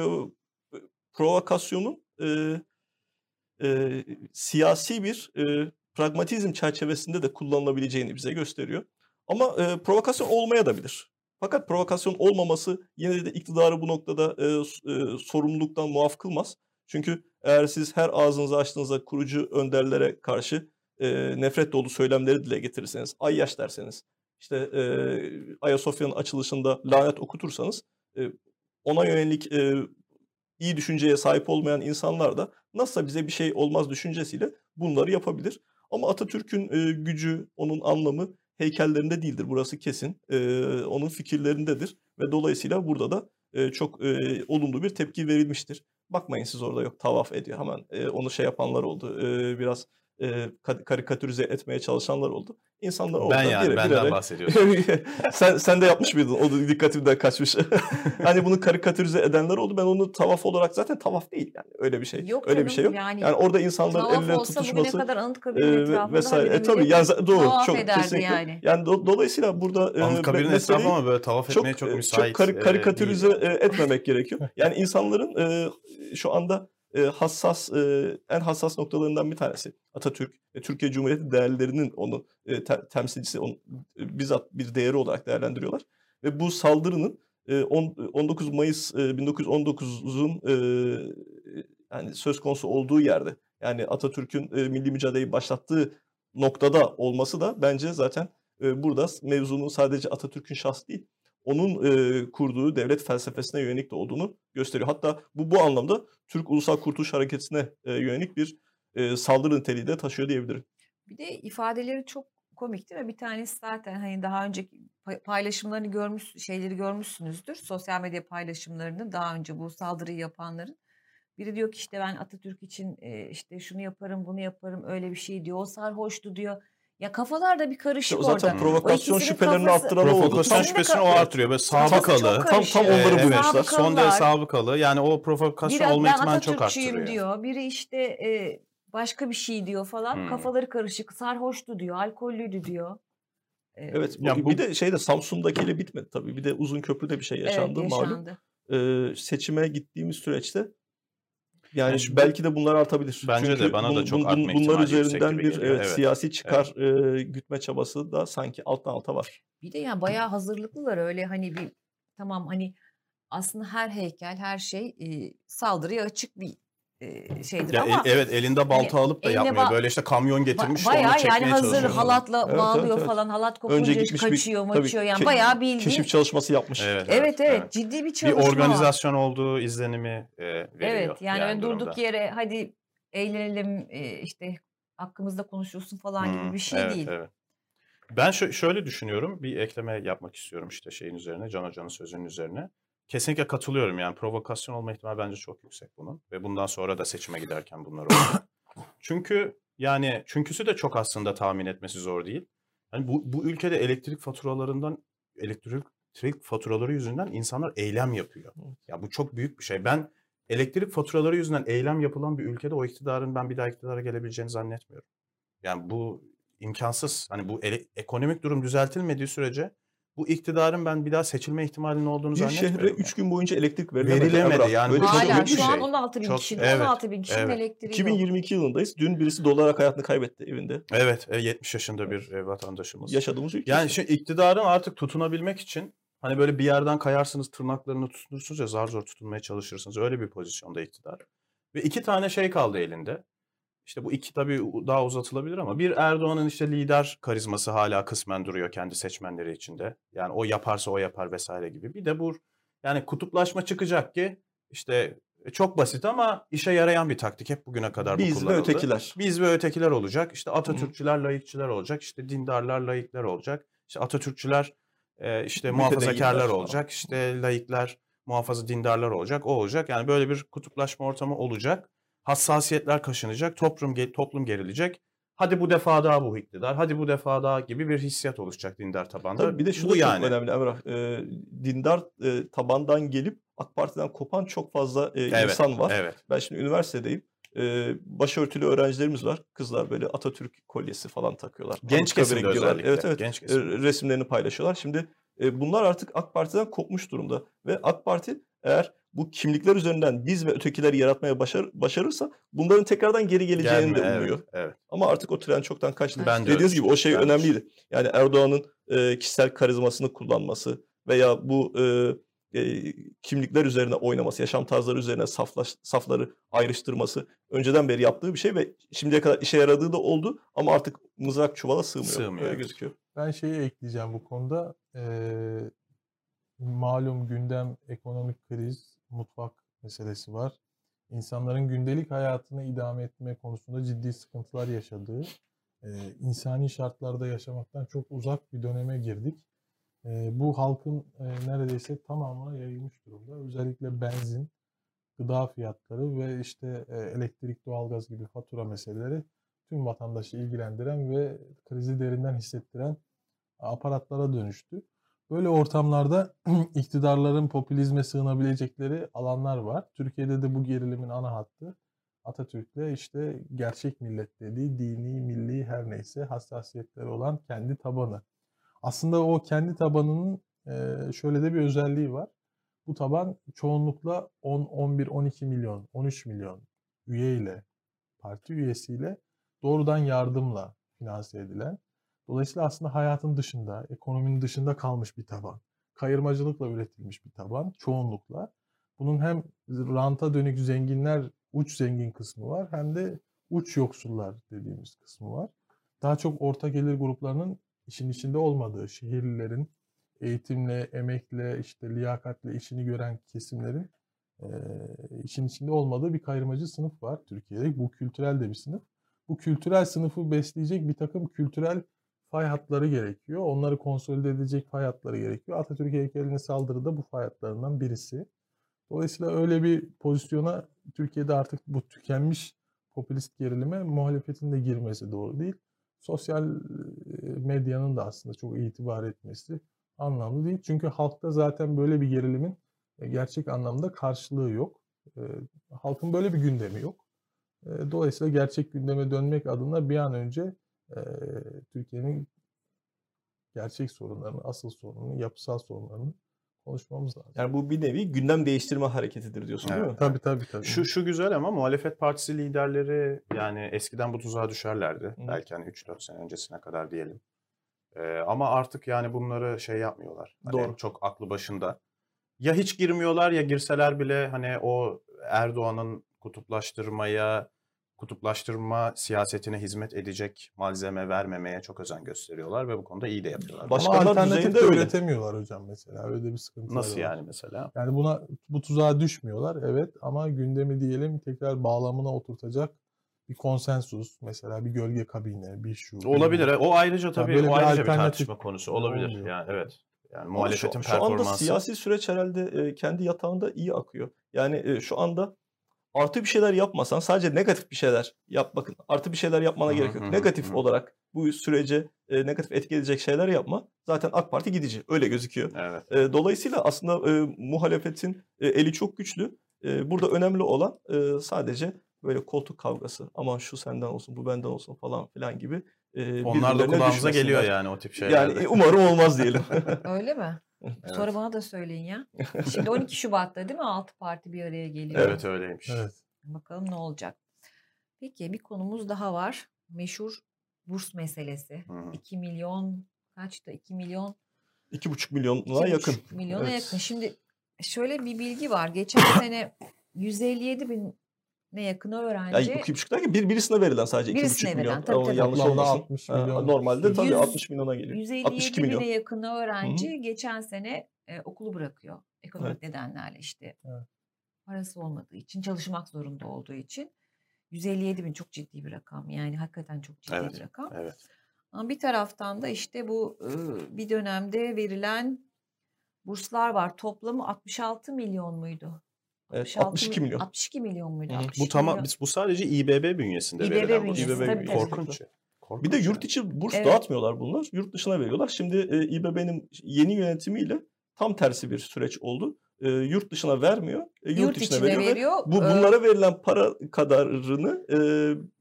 provokasyonun e, e, siyasi bir e, pragmatizm çerçevesinde de kullanılabileceğini bize gösteriyor. Ama e, provokasyon olmaya da bilir. Fakat provokasyon olmaması yine de iktidarı bu noktada e, e, sorumluluktan muaf kılmaz. Çünkü eğer siz her ağzınızı açtığınızda kurucu önderlere karşı e, nefret dolu söylemleri dile getirirseniz, ayyaş derseniz, işte e, Ayasofya'nın açılışında lanet okutursanız, e, ona yönelik e, iyi düşünceye sahip olmayan insanlar da nasılsa bize bir şey olmaz düşüncesiyle bunları yapabilir. Ama Atatürk'ün e, gücü, onun anlamı heykellerinde değildir. Burası kesin. E, onun fikirlerindedir ve dolayısıyla burada da e, çok e, olumlu bir tepki verilmiştir. Bakmayın siz orada yok tavaf ediyor. Hemen e, onu şey yapanlar oldu. E, biraz e, karikatürize etmeye çalışanlar oldu. İnsanlar orada Ben yani bire, benden birerek, bahsediyorsun. sen, sen de yapmış mıydın? O da dikkatimden kaçmış. Hani bunu karikatürize edenler oldu. Ben onu tavaf olarak, zaten tavaf değil yani öyle bir şey. Yok öyle canım, bir şey yok. yani, Yani orada insanların tavaf ellerinin olsa bugüne tutuşması kadar Anıtkabir'in e, etrafında vesaire. habire E, tabii millet yani doğru, tavaf çok ederdi kesinlikle. yani. Yani do, dolayısıyla burada e, Anıtkabir'in me- etrafı meseleyi ama böyle tavaf çok etmeye çok e, müsait çok kari- e, karikatürize değil yani. e, etmemek gerekiyor. Yani insanların e, şu anda e, hassas e, en hassas noktalarından bir tanesi Atatürk ve Türkiye Cumhuriyeti değerlerinin onu e, te- temsilcisi, onu e, bizzat bir değeri olarak değerlendiriyorlar. Ve bu saldırının e, on, on dokuz Mayıs e, bin dokuz yüz on dokuzun e, yani söz konusu olduğu yerde, yani Atatürk'ün e, milli mücadeleyi başlattığı noktada olması da bence zaten e, burada mevzunun sadece Atatürk'ün şahsı değil, onun e, kurduğu devlet felsefesine yönelik de olduğunu gösteriyor. Hatta bu bu anlamda Türk Ulusal Kurtuluş Hareketi'ne e, yönelik bir e, saldırı niteliği de taşıyor diyebilirim. Bir de ifadeleri çok komik değil mi? Bir tanesi zaten hani daha önceki pay- paylaşımlarını görmüş, şeyleri görmüşsünüzdür. Sosyal medya paylaşımlarını daha önce bu saldırıyı yapanların. Biri diyor ki işte ben Atatürk için e, işte şunu yaparım, bunu yaparım, öyle bir şey diyor. O sarhoştu diyor. Ya kafalarda bir İşte karışık o zaten orada. provokasyon O ikisinin şüphelerini kafası- arttıran o oldu. Provokasyon Tam, şüphesini o Kafası artırıyor. Böyle çok sabıkalı. karışık. tam, tam onları Ee, bulmuşlar. evet, son derece Sabıkalılar. sabıkalı. Yani o provokasyon Biri olma ben ihtimalini çok Atatürkçüyüm arttırıyor. diyor. Biri işte e, başka bir şey diyor falan. Hmm. Kafaları karışık. Sarhoştu diyor. Alkollüydü diyor. E, Evet, bu, Ya bu- bir de şeyde Samsun'dakiyle bitmedi tabii. Bir de Uzunköprü'de bir şey yaşandı evet, malum. yaşandı. Ee, seçime gittiğimiz süreçte yani Yani şu- belki de bunlar artabilir. Bence de, Çünkü bana da bun- çok bun- artma bunlar ihtimali yüksek üzerinden gibi bir geliyor. evet, Evet, siyasi çıkar e, gütme çabası da sanki alttan alta var. Bir de yani bayağı hazırlıklılar öyle hani bir tamam hani aslında her heykel her şey e, saldırıya açık bir e, şeydir Ya ama el- evet elinde balta hani alıp da eline yapmıyor. ba- Böyle işte kamyon getirmiş ba- de onu bayağı çekmeye yani hazır çalışıyor. halatla Evet, bağlıyor evet, evet. falan halat Önce kopunca gitmiş kaçıyor bir tabii maçıyor yani ke- bayağı bildiğin. keşif çalışması yapmış. Evet, Evet evet, evet. ciddi bir Bir çalışma var. organizasyon olduğu izlenimi e, veriyor. Evet yani, yani öyle durduk durumda. yere hadi eğlenelim e, işte hakkımızda konuşulsun falan gibi Hmm, bir şey evet, değil. evet. Ben şö- şöyle düşünüyorum. Bir ekleme yapmak istiyorum işte şeyin üzerine, Can Hoca'nın sözünün üzerine. Kesinlikle katılıyorum. Yani provokasyon olma ihtimali bence çok yüksek bunun. Ve bundan sonra da seçime giderken bunlar olur. Çünkü yani çünküsü de çok aslında tahmin etmesi zor değil. Yani bu, bu ülkede elektrik faturalarından elektrik faturaları yüzünden insanlar eylem yapıyor. Ya bu çok büyük bir şey. Ben elektrik faturaları yüzünden eylem yapılan bir ülkede o iktidarın ben bir daha iktidara gelebileceğini zannetmiyorum. Yani bu imkansız. Hani bu ele- ekonomik durum düzeltilmediği sürece bu iktidarın ben bir daha seçilme ihtimalinin olduğunu Bir zannetmiyorum. şehre yani. üç gün boyunca elektrik verilemedi. Verilemedi Emrah. yani. Böyle Bu bir şey çok Hala yok. büyük şu bir an şey. on altı bin Çok- kişinin evet, on altı bin kişinin evet. elektriği iki bin yok. yirmi iki yılındayız. Dün birisi dolarak hayatını kaybetti evinde. Evet, e, yetmiş yaşında bir e, vatandaşımız. Yaşadığımız ülke. Yani şimdi iktidarın artık tutunabilmek için hani böyle bir yerden kayarsınız, tırnaklarını tutunursunuz ya zar zor tutunmaya çalışırsınız. Öyle bir pozisyonda iktidar. Ve iki tane şey kaldı elinde. İşte bu iki tabii daha uzatılabilir ama bir Erdoğan'ın işte lider karizması hala kısmen duruyor kendi seçmenleri içinde. Yani o yaparsa o yapar vesaire gibi. Bir de bu yani kutuplaşma çıkacak ki işte çok basit ama işe yarayan bir taktik. Hep bugüne kadar bu Biz ve kullanıldı. ötekiler. Biz ve ötekiler olacak. İşte Atatürkçüler, laikçiler olacak. İşte dindarlar, laikler olacak. İşte Atatürkçüler, e, işte muhafazakarlar Mütedeyinler falan. olacak. İşte laikler, muhafaza dindarlar olacak. O olacak. Yani böyle bir kutuplaşma ortamı olacak. Hassasiyetler kaşınacak. Toplum toplum gerilecek. Hadi bu defa daha bu iktidar. Hadi bu defa daha gibi bir hissiyat oluşacak dindar tabanda. Tabii bir de şu bu da çok yani. önemli Emrah. Ee, dindar e, tabandan gelip AK Parti'den kopan çok fazla e, Evet, insan var. evet. Ben şimdi üniversitedeyim. Ee, başörtülü öğrencilerimiz var. Kızlar böyle Atatürk kolyesi falan takıyorlar. Genç Anıtkabir'e kesimde gidiyorlar. özellikle. Evet evet. Genç E, kesimde. resimlerini paylaşıyorlar. Şimdi e, bunlar artık AK Parti'den kopmuş durumda. Ve AK Parti eğer bu kimlikler üzerinden biz ve ötekileri yaratmaya başar, başarırsa bunların tekrardan geri geleceğini Gelme, de umuyor. evet, evet. Ama artık o tren çoktan kaçtı. Ben de Dediğiniz öyle gibi o şey düşünüyorum. Ben de önemliydi. Yani Erdoğan'ın e, kişisel karizmasını kullanması veya bu e, e, kimlikler üzerine oynaması, yaşam tarzları üzerine saflaş, safları ayrıştırması önceden beri yaptığı bir şey ve şimdiye kadar işe yaradığı da oldu ama artık mızrak çuvala sığmıyor. Sığmıyor, Öyle evet. gözüküyor. Ben şeyi ekleyeceğim bu konuda. Ee, malum gündem ekonomik kriz, mutfak meselesi var. İnsanların gündelik hayatını idame etme konusunda ciddi sıkıntılar yaşadığı, e, insani şartlarda yaşamaktan çok uzak bir döneme girdik. E, bu halkın e, neredeyse tamamına yayılmış durumda. Özellikle benzin, gıda fiyatları ve işte e, elektrik, doğalgaz gibi fatura meseleleri tüm vatandaşı ilgilendiren ve krizi derinden hissettiren aparatlara dönüştü. Böyle ortamlarda iktidarların popülizme sığınabilecekleri alanlar var. Türkiye'de de bu gerilimin ana hattı Atatürk'le işte gerçek millet dediği dini, milli her neyse hassasiyetleri olan kendi tabanı. Aslında o kendi tabanının şöyle de bir özelliği var. Bu taban çoğunlukla on, on bir, on iki milyon, on üç milyon üyeyle, parti üyesiyle doğrudan yardımla finanse edilen. Dolayısıyla aslında hayatın dışında, ekonominin dışında kalmış bir taban. Kayırmacılıkla üretilmiş bir taban çoğunlukla. Bunun hem ranta dönük zenginler, uç zengin kısmı var hem de uç yoksullar dediğimiz kısmı var. Daha çok orta gelir gruplarının işin içinde olmadığı, şehirlilerin eğitimle, emekle, işte liyakatle işini gören kesimlerin e, işin içinde olmadığı bir kayırmacı sınıf var Türkiye'de. Bu kültürel de bir sınıf. Bu kültürel sınıfı besleyecek bir takım kültürel fay hatları gerekiyor. Onları konsolide edecek fay hatları gerekiyor. Atatürk heykeline saldırı da bu fay hatlarından birisi. Dolayısıyla öyle bir pozisyona Türkiye'de artık bu tükenmiş popülist gerilime muhalefetin de girmesi doğru değil. Sosyal medyanın da aslında çok itibar etmesi anlamlı değil. Çünkü halkta zaten böyle bir gerilimin gerçek anlamda karşılığı yok. Halkın böyle bir gündemi yok. Dolayısıyla gerçek gündeme dönmek adına bir an önce Türkiye'nin gerçek sorunlarını, asıl sorununu, yapısal sorunlarını konuşmamız lazım. Yani bu bir nevi gündem değiştirme hareketidir diyorsun, evet, değil mi? Tabii tabii tabii. Şu şu güzel ama muhalefet partisi liderleri yani eskiden bu tuzağa düşerlerdi. Hı. Belki hani üç dört sene öncesine kadar diyelim. Ee, ama artık yani bunları şey yapmıyorlar. Hani doğru. Çok aklı başında. Ya hiç girmiyorlar ya girseler bile hani o Erdoğan'ın kutuplaştırmaya, kutuplaştırma siyasetine hizmet edecek malzeme vermemeye çok özen gösteriyorlar ve bu konuda iyi de yapıyorlar. Başkanlar Ama alternatif de üretemiyorlar hocam mesela. Öyle bir sıkıntı Nasıl var. yani mesela? Yani buna bu tuzağa düşmüyorlar evet ama gündemi diyelim tekrar bağlamına oturtacak bir konsensus mesela bir gölge kabine bir şu. Olabilir. Bir, o ayrıca tabii yani o ayrıca bir tartışma konusu olabilir. Olmuyor. Yani evet. Yani muhalefetin şu, performansı. Şu anda siyasi süreç herhalde e, kendi yatağında iyi akıyor. Yani e, şu anda artı bir şeyler yapmasan sadece negatif bir şeyler yap bakın. Artı bir şeyler yapmana hı, gerek yok. Hı, negatif hı. olarak bu sürece e, negatif etki edecek şeyler yapma. Zaten AK Parti gidici. Öyle gözüküyor. Evet. E, dolayısıyla aslında e, muhalefetin e, eli çok güçlü. E, burada önemli olan e, sadece böyle koltuk kavgası. Aman şu senden olsun, bu benden olsun falan filan gibi. E, Onlar da kulağımıza geliyor yani o tip şeyler. Yani umarım olmaz diyelim. Öyle mi? Evet. Sonra bana da söyleyin ya. Şimdi on iki Şubat'ta değil mi? Altı parti bir araya geliyor. Evet öyleymiş. Evet. Bakalım ne olacak. Peki bir konumuz daha var. Meşhur burs meselesi. Hı. iki milyon kaçtı? iki milyon. iki buçuk milyona yakın. Milyona evet. yakın. Şimdi şöyle bir bilgi var. Geçen sene yüz elli yedi bin ne yakın öğrenci. Yani iki buçuk derken bir, birisine verilen sadece iki buçuk milyon. Tabii, tabii. Yanlış olmasın. altmış milyon. Normalde tabii altmış milyona geliyor. yüz elli yedi bine yakın öğrenci Hı-hı. geçen sene e, okulu bırakıyor. Ekonomik evet. nedenlerle işte. Evet. Parası olmadığı için, çalışmak zorunda olduğu için. yüz elli yedi bin çok ciddi bir rakam. Yani hakikaten çok ciddi evet. bir rakam. Evet. Ama bir taraftan da işte bu e, bir dönemde verilen burslar var. Toplamı altmış altı milyon muydu? Evet, altmış iki milyon. altmış iki milyon muydu? Bu tamam bu sadece İBB bünyesinde İBB verilen bünyesi, burs. tabii, Korkunç. Korkunç. Bir de yurt içi burs evet. dağıtmıyorlar bunlar. Yurt dışına veriyorlar. Şimdi e, İBB'nin yeni yönetimiyle tam tersi bir süreç oldu. E, yurt dışına vermiyor. E, yurt, yurt içine veriyor. veriyor. Bu bunlara ee, verilen para kadarını e,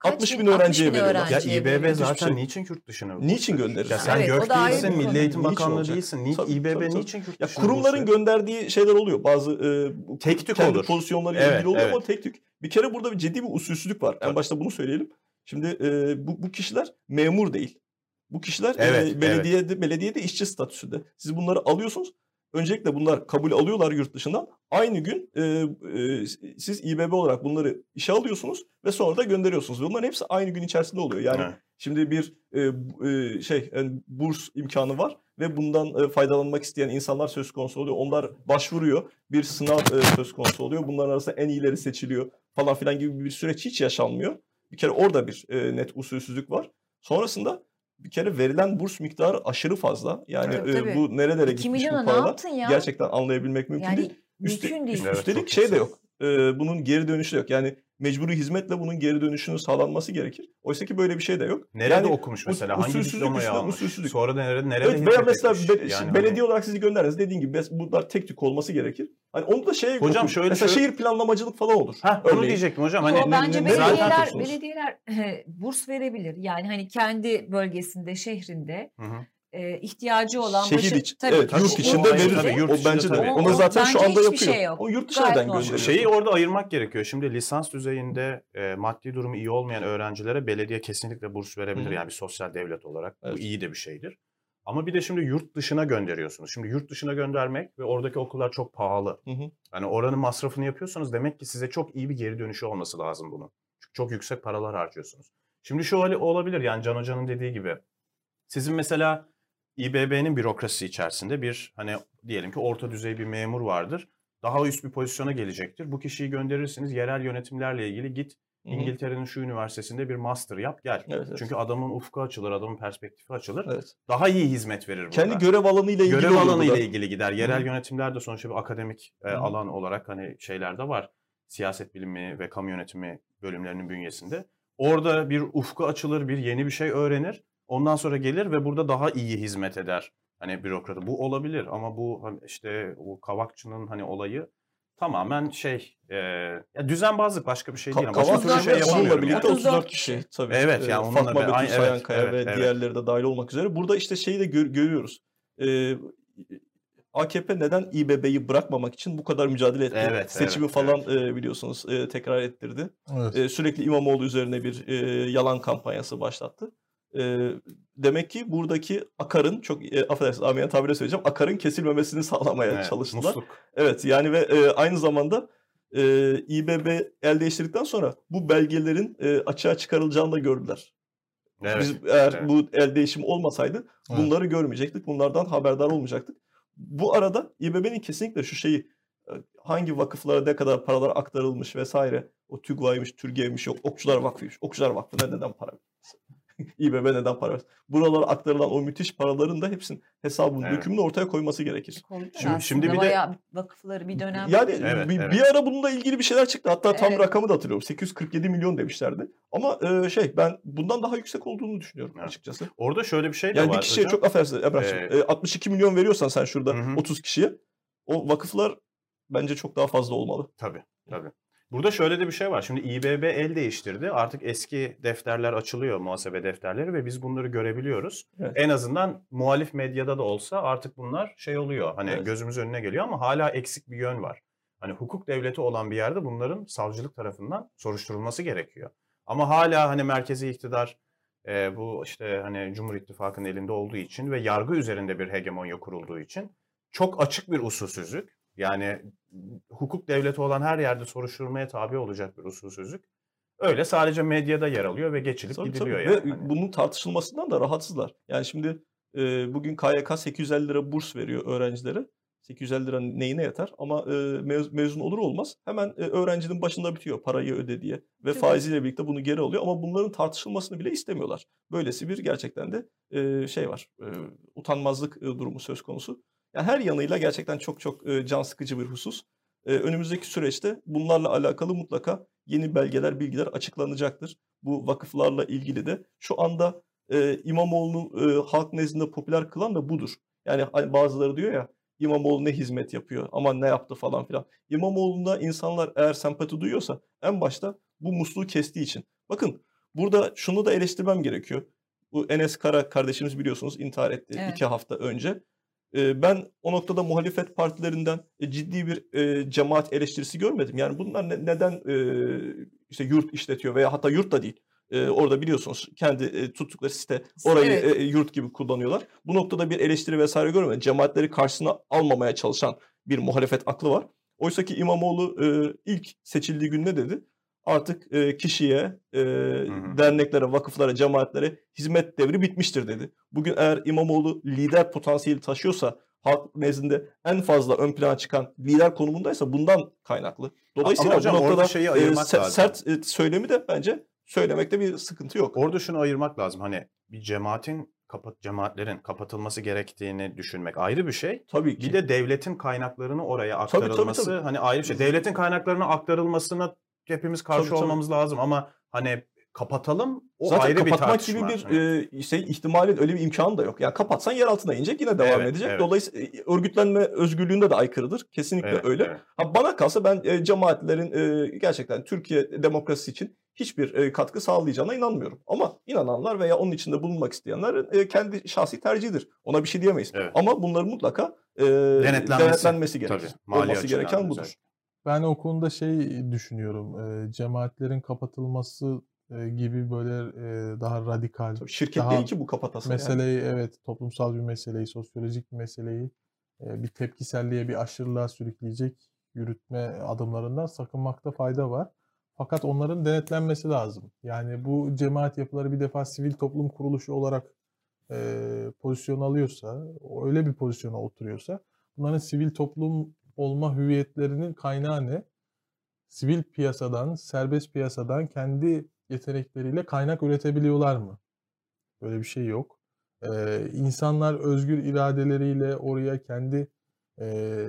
Kaç altmış bin- bin öğrenciye altmış bin veriyorlar. Ya öğrenciye İBB veriyor. zaten şey- niçin yurt dışına? Niçin gönderir? Ya sen Evet, o GÖK da ayrı değilsin, bir konu. Milli Eğitim Niçin Bakanlığı olacak? değilsin. Ni, Tabii, İBB tabii, tabii. niçin yurt Ya dışına kurumların burs veriyor? gönderdiği şeyler oluyor. Bazı e, bu Tek tük kendi olur. pozisyonlarıyla Evet, ilgili oluyor evet. ama tek tük. Bir kere burada bir ciddi bir usulsüzlük var. En Tabii. başta bunu söyleyelim. Şimdi e, bu, bu kişiler memur değil. Bu kişiler Evet, e, belediyede belediyede işçi statüsünde. Siz bunları alıyorsunuz. Öncelikle bunlar kabul alıyorlar yurt dışından. Aynı gün e, e, siz İBB olarak bunları işe alıyorsunuz ve sonra da gönderiyorsunuz. Ve bunların hepsi aynı gün içerisinde oluyor. Yani Evet. şimdi bir e, bu- e, şey yani burs imkanı var ve bundan e, faydalanmak isteyen insanlar söz konusu oluyor. Onlar başvuruyor. Bir sınav e, söz konusu oluyor. Bunların arasında en iyileri seçiliyor falan filan gibi bir süreç hiç yaşanmıyor. Bir kere orada bir e, net usulsüzlük var. Sonrasında bir kere verilen burs miktarı aşırı fazla. Yani Tabii, e, tabii. bu nerelere iki gitmiş bu milyona ne paralar yaptın ya? gerçekten anlayabilmek mümkün Yani değil. Üste- mümkün değil. Evet, Üstelik çok şey de yüksek. yok. E, bunun geri dönüşü de yok. Yani mecburi hizmetle bunun geri dönüşünün sağlanması gerekir. Oysa ki böyle bir şey de yok. Nerede yani okumuş mesela? Hangi usulsüzlük diplomayı üstüne almış? usulsüzlük. Sonra da nerede, nerede Evet, veya hizmet mesela etmiş? be- Yani şimdi hani- belediye olarak sizi gönderdiniz. Dediğin gibi bes- bunlar tek tük olması gerekir. Hani onu da şeye Hocam okun. şöyle- mesela şöyle- şehir planlamacılık falan olur. Heh, onu Örneğin. diyecektim hocam. Yo, Hani bence ne- ne- belediyeler zaten yapıyorsunuz? belediyeler burs verebilir. Yani hani kendi bölgesinde, şehrinde Hı hı. e, ihtiyacı olan Şehir başı- içi, tabii, evet, tabii, yurt o- içinde o- verir. tabii, yurt o içinde bence de. tabii. Onu O- zaten şu bence anda hiçbir yapıyor. şey yok. O yurt dışına Gayet neden normal. gönderiyor? Şeyi orada ayırmak gerekiyor. Şimdi lisans düzeyinde e, maddi durumu iyi olmayan öğrencilere belediye kesinlikle burs verebilir. Hı hı. Yani bir sosyal devlet olarak. Evet. Bu iyi de bir şeydir. Ama bir de şimdi yurt dışına gönderiyorsunuz. Şimdi yurt dışına göndermek ve oradaki okullar çok pahalı. Hı hı. Yani oranın masrafını yapıyorsanız demek ki size çok iyi bir geri dönüşü olması lazım bunun. Çünkü çok yüksek paralar harcıyorsunuz. Şimdi şu hali olabilir yani Can Hoca'nın dediği gibi. Sizin mesela İBB'nin bürokrasisi içerisinde bir hani diyelim ki orta düzey bir memur vardır. Daha üst bir pozisyona gelecektir. Bu kişiyi gönderirsiniz. Yerel yönetimlerle ilgili git Hı hı. İngiltere'nin şu üniversitesinde bir master yap gel. Evet, evet. Çünkü adamın ufku açılır, adamın perspektifi açılır. Evet. Daha iyi hizmet verir burada. Kendi görev alanıyla ilgili Görev oluyor alanı bu da. ile ilgili gider. Yerel Hı. yönetimler de sonuçta bir akademik e, Hı. alan olarak hani şeyler de var. Siyaset bilimi ve kamu yönetimi bölümlerinin bünyesinde. Orada bir ufku açılır, bir yeni bir şey öğrenir. Ondan sonra gelir ve burada daha iyi hizmet eder. Hani bürokratı. Bu olabilir ama bu hani işte o Kavakçı'nın hani olayı tamamen şey e, ya düzenbazlık başka bir şey değil. Ka- Ama başka Kavak türlü şey Kavakçı onunla yapamıyorum birlikte yani. otuz dört otuz dört kişi tabii. Evet, Ee, yani onunla Fatma be- Betül ay- evet, Sayankaya evet, ve evet. diğerleri de dahil olmak üzere. Burada işte şeyi de gör- görüyoruz. Ee, A K P neden İBB'yi bırakmamak için bu kadar mücadele etti? Evet, Seçimi evet, falan e, biliyorsunuz e, tekrar ettirdi. Evet. E, sürekli İmamoğlu üzerine bir e, yalan kampanyası başlattı. E, demek ki buradaki akarın çok e, affedersiniz amiyane tabire söyleyeceğim. Akarın kesilmemesini sağlamaya Evet, çalıştılar. musluk. Evet yani ve e, aynı zamanda e, İBB el değiştirdikten sonra bu belgelerin e, açığa çıkarılacağını da gördüler. Evet, Biz eğer evet. bu el değişimi olmasaydı Evet. bunları görmeyecektik. Bunlardan haberdar olmayacaktık. Bu arada İBB'nin kesinlikle şu şeyi e, hangi vakıflara ne kadar paralar aktarılmış vesaire o TÜGVA'ymış, TÜRGEV'miş yok Okçular Vakfı'ymış. Okçular Vakfı'na neden para versin? İBB neden para versin? Buralara aktarılan o müthiş paraların da hepsinin hesabını, Evet. dökümünü ortaya koyması gerekir. Koydular Şimdi- aslında şimdi bir de- bayağı vakıfları bir dönem. Yani Evet, bir, evet. bir ara bununla ilgili bir şeyler çıktı. Hatta tam Evet. rakamı da hatırlıyorum. sekiz yüz kırk yedi milyon demişlerdi. Ama e, şey ben bundan daha yüksek olduğunu düşünüyorum Evet. açıkçası. Orada şöyle bir şey de Yani var bir kişiye hocam. çok affedersin Emrah'cığım. Ee, E, altmış iki milyon veriyorsan sen şurada Hı hı. otuz kişiye o vakıflar bence çok daha fazla olmalı. Tabii, tabii. Burada şöyle de bir şey var. Şimdi İBB el değiştirdi. Artık eski defterler açılıyor, muhasebe defterleri ve biz bunları görebiliyoruz. Evet. En azından muhalif medyada da olsa artık bunlar şey oluyor. Hani Evet. gözümüz önüne geliyor ama hala eksik bir yön var. Hani hukuk devleti olan bir yerde bunların savcılık tarafından soruşturulması gerekiyor. Ama hala hani merkezi iktidar e, bu işte hani Cumhur İttifakı'nın elinde olduğu için ve yargı üzerinde bir hegemonya kurulduğu için çok açık bir usulsüzlük. Yani hukuk devleti olan her yerde soruşturmaya tabi olacak bir usulsüzlük. Öyle sadece medyada yer alıyor ve geçilip Tabii, gidiliyor tabii. yani. Ve Hani. bunun tartışılmasından da rahatsızlar. Yani şimdi e, bugün K Y K sekiz yüz elli lira burs veriyor öğrencilere. sekiz yüz elli lira neyine yeter? Ama e, mez, mezun olur olmaz hemen e, öğrencinin başında bitiyor parayı öde diye. Ve Tabii. faiziyle birlikte bunu geri alıyor ama bunların tartışılmasını bile istemiyorlar. Böylesi bir gerçekten de e, şey var. E, utanmazlık e, durumu söz konusu. Yani her yanıyla gerçekten çok çok e, can sıkıcı bir husus. E, önümüzdeki süreçte bunlarla alakalı mutlaka yeni belgeler, bilgiler açıklanacaktır. Bu vakıflarla ilgili de şu anda e, İmamoğlu'nu e, halk nezdinde popüler kılan da budur. Yani hani bazıları diyor ya İmamoğlu ne hizmet yapıyor ama ne yaptı falan filan. İmamoğlu'nda insanlar eğer sempati duyuyorsa en başta bu musluğu kestiği için. Bakın burada şunu da eleştirmem gerekiyor. Bu Enes Kara kardeşimiz biliyorsunuz intihar etti Evet. iki hafta önce. Ee, ben o noktada muhalefet partilerinden e, ciddi bir e, cemaat eleştirisi görmedim. Yani bunlar ne- neden e, işte yurt işletiyor veya hatta yurt da değil. E, orada biliyorsunuz kendi e, tuttukları site orayı Evet. e, yurt gibi kullanıyorlar. Bu noktada bir eleştiri vesaire görmedim. Cemaatleri karşısına almamaya çalışan bir muhalefet aklı var. Oysa ki İmamoğlu e, ilk seçildiği gün ne dedi? Artık e, kişiye, e, hı. derneklere, vakıflara, cemaatlere hizmet devri bitmiştir dedi. Bugün eğer İmamoğlu lider potansiyeli taşıyorsa, halk nezdinde en fazla ön plana çıkan lider konumundaysa bundan kaynaklı. Dolayısıyla Ama hocam bu noktada orada şeyi e, ayırmak se- lazım. sert e, söylemi de bence söylemekte bir sıkıntı yok. Orada şunu ayırmak lazım. Hani bir cemaatin kapat cemaatlerin kapatılması gerektiğini düşünmek ayrı bir şey. Tabii ki. Bir de devletin kaynaklarını oraya Tabii, tabii, aktarılması tabii. hani ayrı bir şey. Devletin kaynaklarına aktarılmasına hepimiz karşı Tabii, tabii. olmamız lazım ama hani kapatalım o Zaten ayrı bir kapatmak gibi tartışma. bir Hani e, şey ihtimalin öyle bir imkanı da yok. Yani kapatsan yer altına inecek yine devam Evet, edecek. evet. Dolayısıyla e, örgütlenme özgürlüğünde de aykırıdır. Kesinlikle Evet, öyle. evet. Ha, bana kalsa ben e, cemaatlerin e, gerçekten Türkiye demokrasisi için hiçbir e, katkı sağlayacağına inanmıyorum. Ama inananlar veya onun içinde bulunmak isteyenlerin e, kendi şahsi tercihidir. Ona bir şey diyemeyiz. Evet. Ama bunların mutlaka e, Denetlenmesi. denetlenmesi gerekir. Tabii, mali Olması açıdan gereken budur. özellikle. Ben o konuda şey düşünüyorum. e, Cemaatlerin kapatılması e, gibi böyle e, daha radikal, Tabii şirket daha değil ki bu kapatasın yani. meseleyi evet toplumsal bir meseleyi, sosyolojik bir meseleyi e, bir tepkiselliğe, bir aşırılığa sürükleyecek yürütme adımlarından sakınmakta fayda var. Fakat onların denetlenmesi lazım. Yani bu cemaat yapıları bir defa sivil toplum kuruluşu olarak e, pozisyon alıyorsa, öyle bir pozisyona oturuyorsa bunların sivil toplum olma hüviyetlerinin kaynağı ne? Sivil piyasadan, serbest piyasadan kendi yetenekleriyle kaynak üretebiliyorlar mı? Böyle bir şey yok. Ee, insanlar özgür iradeleriyle oraya kendi e,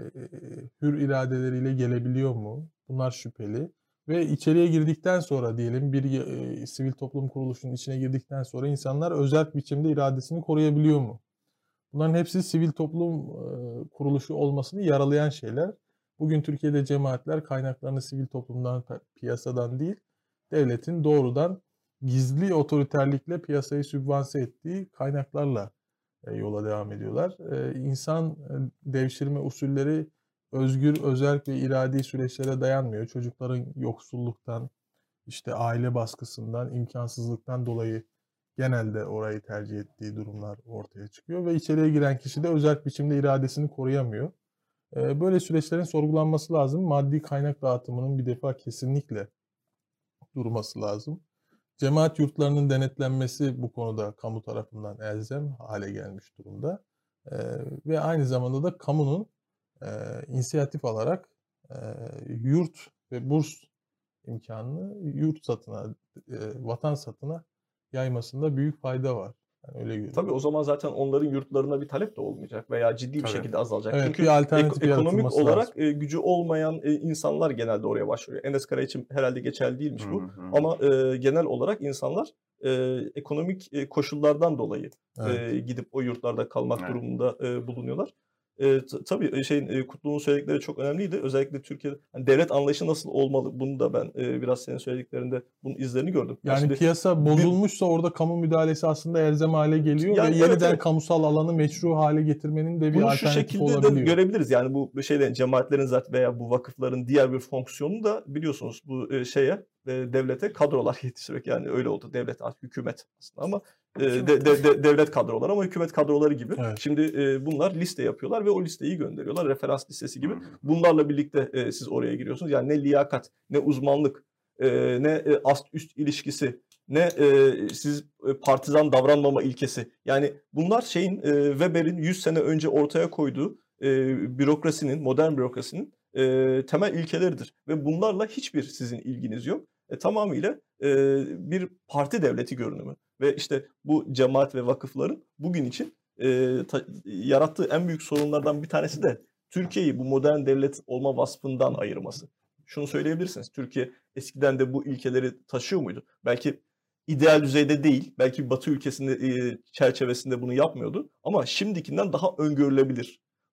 hür iradeleriyle gelebiliyor mu? Bunlar şüpheli. Ve içeriye girdikten sonra diyelim bir e, sivil toplum kuruluşunun içine girdikten sonra insanlar özerk biçimde iradesini koruyabiliyor mu? Bunların hepsi sivil toplum e, kuruluşu olmasını yaralayan şeyler. Bugün Türkiye'de cemaatler kaynaklarını sivil toplumdan, piyasadan değil, devletin doğrudan gizli otoriterlikle piyasayı sübvanse ettiği kaynaklarla e, yola devam ediyorlar. E, insan e, devşirme usulleri özgür, özerk ve iradi süreçlere dayanmıyor. Çocukların yoksulluktan, işte aile baskısından, imkansızlıktan dolayı genelde orayı tercih ettiği durumlar ortaya çıkıyor ve içeriye giren kişi de özerk biçimde iradesini koruyamıyor. E, böyle süreçlerin sorgulanması lazım. Maddi kaynak dağıtımının bir defa kesinlikle durması lazım. Cemaat yurtlarının denetlenmesi bu konuda kamu tarafından elzem hale gelmiş durumda. Ee, ve aynı zamanda da kamunun e, inisiyatif alarak e, yurt ve burs imkanını yurt satına, e, vatan satına yaymasında büyük fayda var. Yani öyle görüyorum. Tabii o zaman zaten onların yurtlarına bir talep de olmayacak veya ciddi bir Tabii. şekilde azalacak. Evet, Çünkü bir alternatif ek- ekonomik yaratılması olarak lazım. e, gücü olmayan e, insanlar genelde oraya başvuruyor. Enes Kara için herhalde geçerli değilmiş bu. Hı hı. Ama e, genel olarak insanlar e, ekonomik e, koşullardan dolayı Evet. e, gidip o yurtlarda kalmak Evet. durumunda e, bulunuyorlar. E, t- tabii e, şeyin e, Kutlu'nun söyledikleri çok önemliydi. Özellikle Türkiye'de hani devlet anlayışı nasıl olmalı? Bunu da ben e, biraz senin söylediklerinde bunun izlerini gördüm. Yani Şimdi piyasa bozulmuşsa orada kamu müdahalesi aslında elzem hale geliyor Yani ve evet, yeniden evet. kamusal alanı meşru hale getirmenin de bir bunu şu alternatifi şekilde de olabiliyor. görebiliriz. Yani bu şeyde cemaatlerin zaten veya bu vakıfların diğer bir fonksiyonu da biliyorsunuz bu e, şeye e, devlete kadrolar yetiştirmek. Yani öyle oldu. Devlet artık hükümet aslında ama e, de- de- de- devlet kadroları ama hükümet kadroları gibi. Evet. Şimdi e, bunlar liste yapıyorlar ve o listeyi gönderiyorlar. Referans listesi gibi. Hı hı. Bunlarla birlikte e, siz oraya giriyorsunuz. Yani ne liyakat, ne uzmanlık, e, ne e, ast üst ilişkisi, ne e, siz e, partizan davranmama ilkesi. Yani bunlar şeyin e, Weber'in yüz sene önce ortaya koyduğu e, bürokrasinin, modern bürokrasinin e, temel ilkeleridir. Ve bunlarla hiçbir sizin ilginiz yok. E, tamamıyla e, bir parti devleti görünümü. Ve işte bu cemaat ve vakıfların bugün için e, ta- yarattığı en büyük sorunlardan bir tanesi de Türkiye'yi bu modern devlet olma vasfından ayırması. Şunu söyleyebilirsiniz. Türkiye eskiden de bu ilkeleri taşıyor muydu? Belki ideal düzeyde değil, belki Batı ülkesinde e, çerçevesinde bunu yapmıyordu ama şimdikinden daha öngörülebilir.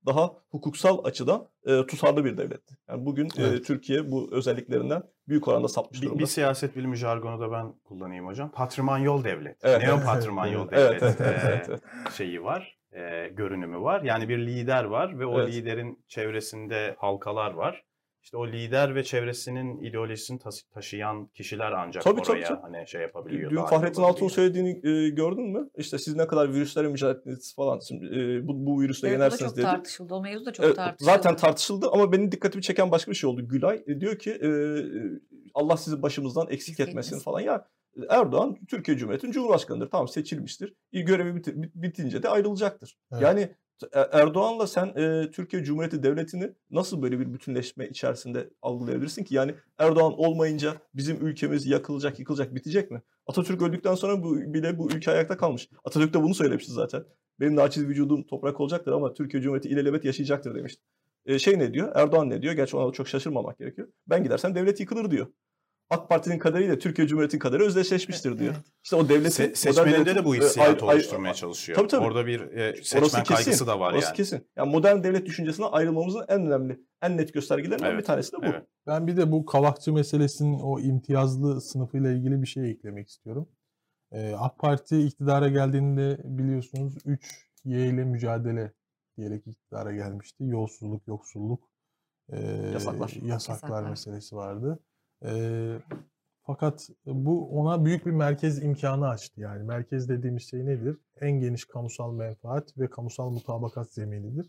daha hukuksal açıdan e, tutarlı bir devletti. Yani bugün Evet. e, Türkiye bu özelliklerinden büyük oranda sapmış Bir, durumda. bir siyaset bilimi jargonu da ben kullanayım hocam. Patrimonyal devlet. Evet, Neo evet. patrimonyal Evet, devlet evet, evet, e, evet, evet. şeyi var, e, görünümü var. Yani bir lider var ve o Evet. liderin çevresinde halkalar var. İşte o lider ve çevresinin ideolojisini tas- taşıyan kişiler ancak Tabii, tabii, oraya tabii. hani şey yapabiliyor. Dün dahil Fahrettin Altun'un olabiliyor. söylediğini e, gördün mü? İşte siz ne kadar virüslere mücadele ettiniz falan. Şimdi, e, bu, bu virüsle Evet, o da yenersiniz çok dedi. tartışıldı. O mevzu da çok Evet, tartışıldı. zaten tartışıldı ama benim dikkatimi çeken başka bir şey oldu. Gülay e, diyor ki e, Allah sizi başımızdan eksik Eksik etmesin etmesin. falan. Ya Erdoğan Türkiye Cumhuriyeti'nin Cumhurbaşkanı'dır. Tamam, seçilmiştir. İyi, görevi biti- bit- bitince de ayrılacaktır. Evet. Yani e, Erdoğan'la sen e, Türkiye Cumhuriyeti Devleti'ni nasıl böyle bir bütünleşme içerisinde algılayabilirsin ki? Yani Erdoğan olmayınca bizim ülkemiz yakılacak, yıkılacak, bitecek mi? Atatürk öldükten sonra bu, bile bu ülke ayakta kalmış. Atatürk de bunu söylemişti zaten. Benim naçiz vücudum toprak olacaktır ama Türkiye Cumhuriyeti ilelebet yaşayacaktır demişti. E, şey ne diyor? Erdoğan ne diyor? Gerçi ona da çok şaşırmamak gerekiyor. Ben gidersem devlet yıkılır diyor. AK Parti'nin kaderiyle Türkiye Cumhuriyeti'nin kaderi özdeşleşmiştir diyor. Evet. İşte o devletin... Se- seçmeninde de bu hissiyatı ay- ay- oluşturmaya çalışıyor. Tabii, tabii. Orada bir e, seçmen Orası kesin. kaygısı da var Orası yani. kesin. Yani modern devlet düşüncesine ayrılmamızın en önemli, en net göstergelerinden Evet, bir tanesi de bu. evet. Ben bir de bu Kavakçı meselesinin o imtiyazlı sınıfıyla ilgili bir şey eklemek istiyorum. Ee, AK Parti iktidara geldiğinde biliyorsunuz üç Y ile mücadele diyerek iktidara gelmişti. Yolsuzluk, yoksulluk, e, Yasaklar. yasaklar Yasaklar. meselesi vardı. E, fakat bu ona büyük bir merkez imkanı açtı. Yani merkez dediğimiz şey nedir? En geniş kamusal menfaat ve kamusal mutabakat zeminidir.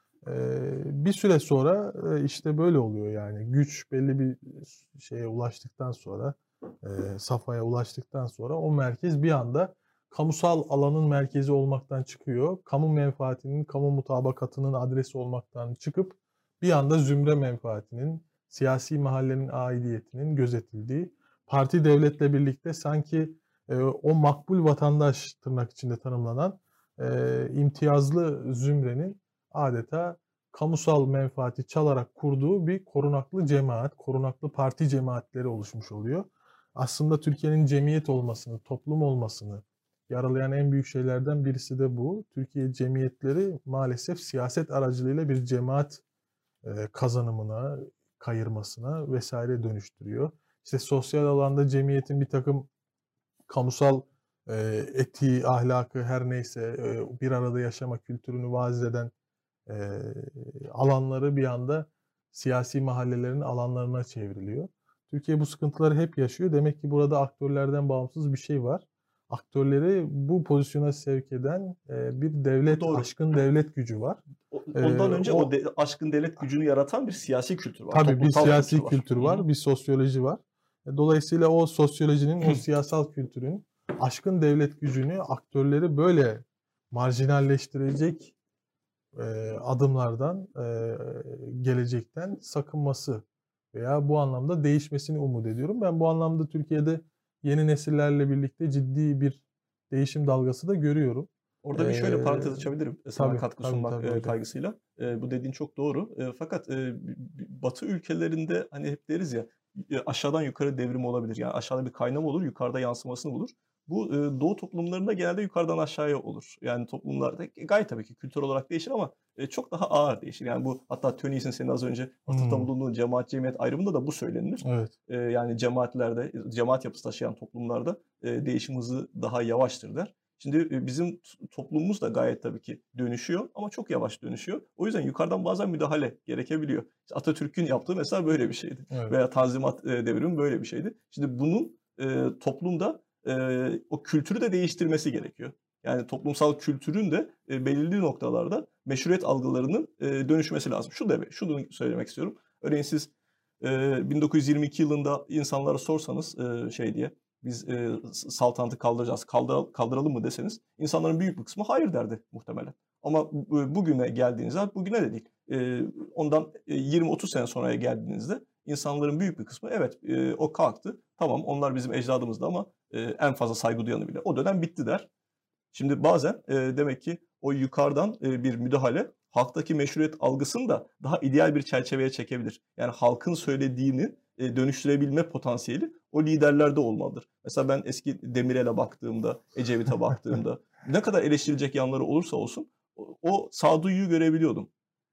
Bir süre sonra işte böyle oluyor yani. Güç belli bir şeye ulaştıktan sonra, safhaya ulaştıktan sonra o merkez bir anda kamusal alanın merkezi olmaktan çıkıyor. Kamu menfaatinin, kamu mutabakatının adresi olmaktan çıkıp bir anda zümre menfaatinin, siyasi mahallenin aidiyetinin gözetildiği, parti devletle birlikte sanki o makbul vatandaş tırnak içinde tanımlanan imtiyazlı zümrenin adeta kamusal menfaati çalarak kurduğu bir korunaklı cemaat, korunaklı parti cemaatleri oluşmuş oluyor. Aslında Türkiye'nin cemiyet olmasını, toplum olmasını yaralayan en büyük şeylerden birisi de bu. Türkiye cemiyetleri maalesef siyaset aracılığıyla bir cemaat kazanımına, kayırmasına vesaire dönüştürüyor. İşte sosyal alanda cemiyetin bir takım kamusal etiği, ahlakı her neyse bir arada yaşama kültürünü vaaz eden e, alanları bir anda siyasi mahallelerin alanlarına çevriliyor. Türkiye bu sıkıntıları hep yaşıyor. Demek ki burada aktörlerden bağımsız bir şey var. Aktörleri bu pozisyona sevk eden e, bir devlet, Doğru. aşkın devlet gücü var. Ondan Ee, önce o, o de, aşkın devlet gücünü yaratan bir siyasi kültür var. Tabii bir Toplumsal siyasi kültür var, kültür var, Hı-hı. bir sosyoloji var. Dolayısıyla o sosyolojinin, o siyasal kültürün aşkın devlet gücünü, aktörleri böyle marjinalleştirecek e, adımlardan, e, gelecekten sakınması veya bu anlamda değişmesini umut ediyorum. Ben bu anlamda Türkiye'de yeni nesillerle birlikte ciddi bir değişim dalgası da görüyorum. Orada bir şöyle Ee, parantez açabilirim sana tabii, katkı tabii, sunmak tabii e, hocam. kaygısıyla. E, bu dediğin çok doğru. E, fakat e, Batı ülkelerinde hani hep deriz ya e, aşağıdan yukarı devrim olabilir. Yani aşağıda bir kaynama olur, yukarıda yansımasını bulur. Bu e, Doğu toplumlarında genelde yukarıdan aşağıya olur. Yani toplumlarda gayet tabii ki kültür olarak değişir ama e, çok daha ağır değişir. Yani bu hatta Tönnies'in senin az önce atıfta Hmm. bulunduğun cemaat cemiyet ayrımında da bu söylenilir. Evet. E, yani cemaatlerde, cemaat yapısı taşıyan toplumlarda e, değişim hızı daha yavaştır der. Şimdi bizim toplumumuz da gayet tabii ki dönüşüyor ama çok yavaş dönüşüyor. O yüzden yukarıdan bazen müdahale gerekebiliyor. İşte Atatürk'ün yaptığı mesela böyle bir şeydi. Evet. Veya Tanzimat devrimi böyle bir şeydi. Şimdi bunun e, toplumda e, o kültürü de değiştirmesi gerekiyor. Yani toplumsal kültürün de e, belirli noktalarda meşruiyet algılarının e, dönüşmesi lazım. Şu demek, şunu söylemek istiyorum. Örneğin siz e, bin dokuz yüz yirmi iki yılında insanlara sorsanız e, şey diye, biz e, saltanatı kaldıracağız, kaldır, kaldıralım mı deseniz insanların büyük bir kısmı hayır derdi muhtemelen. Ama e, bugüne geldiğinizde, bugüne de değil, e, ondan e, yirmi otuz sene sonraya geldiğinizde insanların büyük bir kısmı evet e, o kalktı, tamam onlar bizim ecdadımızdı ama e, en fazla saygı duyanı bile o dönem bitti der. Şimdi bazen e, demek ki o yukarıdan e, bir müdahale halktaki meşruiyet algısını da daha ideal bir çerçeveye çekebilir. Yani halkın söylediğini e, dönüştürebilme potansiyeli o liderlerde olmalıdır. Mesela ben eski Demirel'e baktığımda, Ecevit'e baktığımda ne kadar eleştirilecek yanları olursa olsun o, o sağduyuyu görebiliyordum.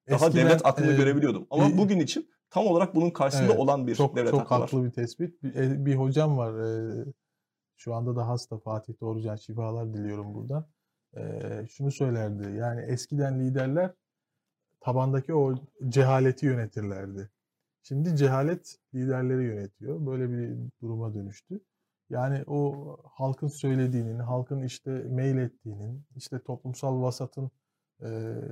daha eskiden, devlet aklını e, görebiliyordum. Ama bir- bugün için tam olarak bunun karşısında Evet, olan bir çok devlet çok aklı var. haklı bir tespit. Bir, e, bir hocam var. e, şu anda da hasta, Fatih Doğrucan, şifalar diliyorum buradan. E, şunu söylerdi. Yani eskiden liderler tabandaki o cehaleti yönetirlerdi. Şimdi cehalet liderleri yönetiyor. Böyle bir duruma dönüştü. Yani o halkın söylediğinin, halkın işte meylettiğinin, işte toplumsal vasatın e,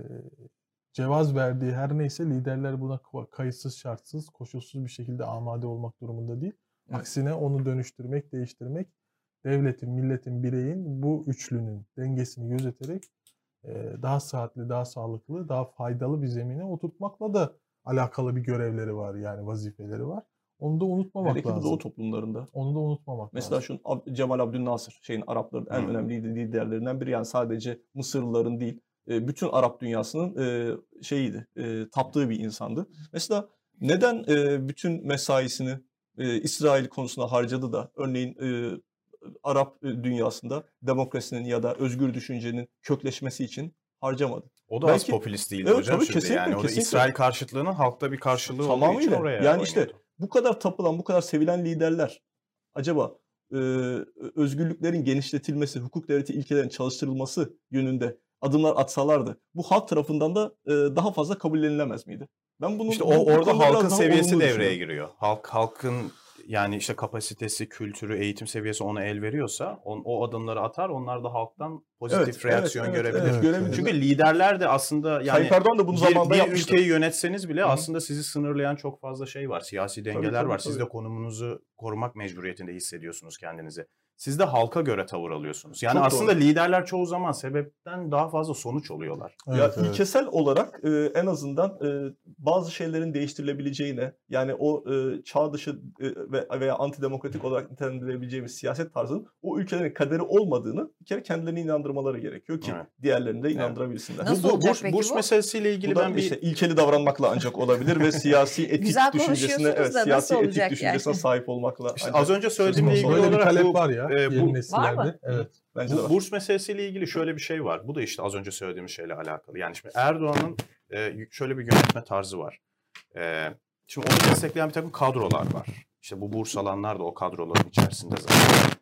cevaz verdiği her neyse liderler buna kayıtsız şartsız, koşulsuz bir şekilde amade olmak durumunda değil. Evet. Aksine onu dönüştürmek, değiştirmek, devletin, milletin, bireyin bu üçlünün dengesini gözeterek e, daha sıhhatli, daha sağlıklı, daha faydalı bir zemine oturtmakla da alakalı bir görevleri var, yani vazifeleri var. Onu da unutmamak Hele ki bu lazım. Doğu toplumlarında. Onu da unutmamak Mesela lazım. şu Ab- Cemal Abdülnasır, şeyin Arapların en Hı. önemli liderlerinden biri. Yani sadece Mısırlıların değil, e, bütün Arap dünyasının e, şeyiydi, e, taptığı bir insandı. Mesela neden e, bütün mesaisini e, İsrail konusuna harcadı da örneğin e, Arap e, dünyasında demokrasinin ya da özgür düşüncenin kökleşmesi için harcamadı? O da az Belki- popülist değildi Evet, hocam tabii, şimdi. kesinlikle, Yani o da kesinlikle. İsrail karşıtlığının halkta bir karşılığı olduğu için Tamamıyla. oraya Yani işte oynuyordu. bu kadar tapılan, bu kadar sevilen liderler acaba e, özgürlüklerin genişletilmesi, hukuk devleti ilkelerinin çalıştırılması yönünde adımlar atsalardı bu halk tarafından da e, daha fazla kabullenilemez miydi? Ben bunu İşte bu- o bu orada konuda halkın biraz daha seviyesi olumlu devreye düşünüyorum. giriyor. Halk halkın yani işte kapasitesi, kültürü, eğitim seviyesi ona el veriyorsa on, o adımları atar. Onlar da halktan pozitif Evet, reaksiyon evet, evet, görebilir. evet, Evet, görebilir. Çünkü liderler de aslında yani Tayyip Erdoğan da bunu bir, zamanında bir yapmıştı. ülkeyi yönetseniz bile Hı hı. aslında sizi sınırlayan çok fazla şey var. Siyasi dengeler tabii, var. Siz tabii. de konumunuzu korumak mecburiyetinde hissediyorsunuz kendinizi. Siz de halka göre tavır alıyorsunuz. Yani Çok aslında doğru. liderler çoğu zaman sebepten daha fazla sonuç oluyorlar. Ya Evet, evet. ilkesel olarak e, en azından e, bazı şeylerin değiştirilebileceğine, yani o e, çağ dışı e, ve veya antidemokratik olarak nitelendirebileceğimiz siyaset tarzının o ülkelerin kaderi olmadığını bir kere kendilerini inandırmaları gerekiyor ki Evet. diyerini de Evet. inandırabilsinler. Nasıl bu, bu olacak burs, peki burs bu? meselesiyle ilgili Bu da ben bir işte ilkeli davranmakla ancak olabilir ve siyasi etik Güzel düşüncesine, konuşuyorsunuz evet, da siyasi nasıl etik olacak düşüncesine yani? sahip olmakla İşte ancak az önce söz söylediğimle konusu ilgili Böyle bir olarak talep bu, var ya e, yeni bu nesillerde. Var mı? Evet. bence de Bu var. burs meselesiyle ilgili şöyle bir şey var. Bu da işte az önce söylediğimiz şeyle alakalı. Yani şimdi Erdoğan'ın e, şöyle bir yönetme tarzı var. E, şimdi onu destekleyen bir takım kadrolar var. İşte bu burs alanlar da o kadroların içerisinde zaten.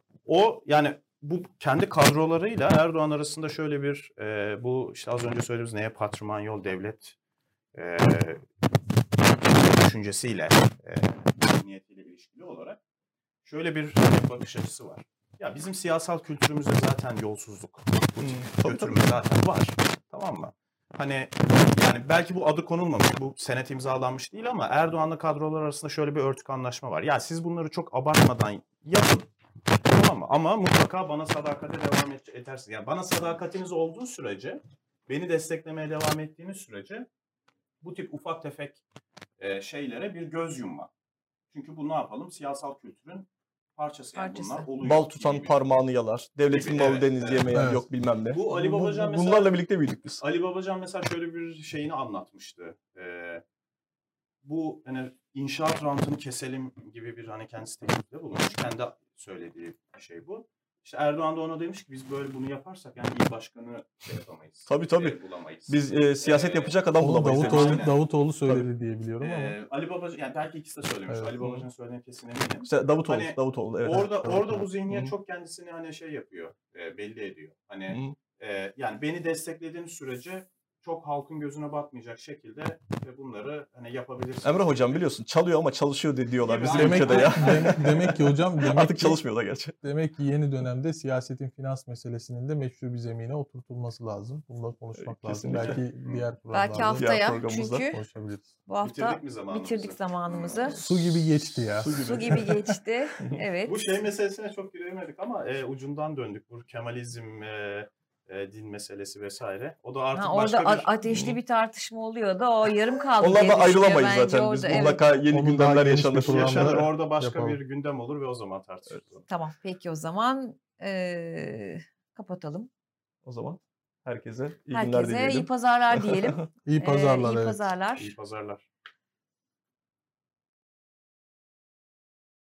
O yani bu kendi kadrolarıyla Erdoğan arasında şöyle bir e, bu işte az önce söylediğimiz neye patrimonyal devlet e, düşüncesiyle e, zihniyetiyle ilişkili olarak şöyle bir bakış açısı var. Ya bizim siyasal kültürümüzde zaten yolsuzluk, bu Hmm, tip tabii, götürme zaten var. Tamam mı? Hani yani belki bu adı konulmamış, bu senet imzalanmış değil ama Erdoğan'la kadrolar arasında şöyle bir örtük anlaşma var. Ya siz bunları çok abartmadan yapın. Tamam mı? Ama mutlaka bana sadakate devam et, edersiniz. Yani bana sadakatiniz olduğu sürece, beni desteklemeye devam ettiğiniz sürece bu tip ufak tefek e, şeylere bir göz yumma. Çünkü bu ne yapalım? Siyasal kültürün parçası. Yani Parçası. bunlar oluyor. Bal tutan gibi bir- parmağını yalar. Devletin Gibi, malı evet, deniz evet. yemeyen Evet. yok bilmem ne. Bu Ali Bu- bu- Babacan mesela- bunlarla birlikte büyüdük biz. Ali Babacan mesela şöyle bir şeyini anlatmıştı. Ee, bu hani inşaat rantını keselim gibi bir hani kendisi teklifte bulunmuş. Kendi söylediği bir şey bu. İşte Erdoğan da ona demiş ki biz böyle bunu yaparsak yani iyi başkanı şey yapamayız. Tabii, tabii. e, bulamayız. Biz e, siyaset Ee, yapacak adam Onu bulamayız. Davutoğlu, demişti. Aynen. Davutoğlu söyledi diye biliyorum ama. Ee, Ali Babacan yani belki ikisi de söylemiş. Evet. Ali Babacan söylediğine kesin eminim. İşte Davutoğlu, Hani Davutoğlu evet. orada evet, orada evet. bu zihniyet Hı. çok kendisini hani şey yapıyor, e, belli ediyor. Hani Hı. e, yani beni desteklediğiniz sürece çok halkın gözüne batmayacak şekilde e, bunları hani yapabilirsiniz. Emre hocam biliyorsun çalıyor ama çalışıyor de diyorlar Gibi, bizim aynen. Demek ülkede ki, ya. dem- demek ki hocam demek Artık ki, çalışmıyor da gerçi. demek ki yeni dönemde siyasetin finans meselesinin de meşru bir zemine oturtulması lazım. Bunları konuşmak Ee, lazım. kesinlikle. Belki diğer programlarda Belki haftaya programımızda çünkü konuşabiliriz. bu hafta Bitirdik mi zamanımızı? bitirdik zamanımızı. Su gibi geçti ya. Su gibi. Su gibi geçti. Evet. Bu şey meselesine çok giremedik ama e, ucundan döndük. Bu Kemalizm, e, e, din meselesi vesaire. O da artık Ha, orada başka a- bir... ateşli bir tartışma oluyor da o yarım kaldı diye Onlardan düşünüyor ayrılamayız bence zaten. Biz orada. Evet. mutlaka yeni Onun daha gündemler geniş bir yaşanır. programda- Yaşanır orada başka yapalım. bir gündem olur ve o zaman tartışırız. Tamam peki o zaman eee, kapatalım. O zaman herkese iyi günler Herkese dileyelim. iyi pazarlar diyelim. İyi Eee, pazarlar iyi evet. pazarlar. İyi pazarlar.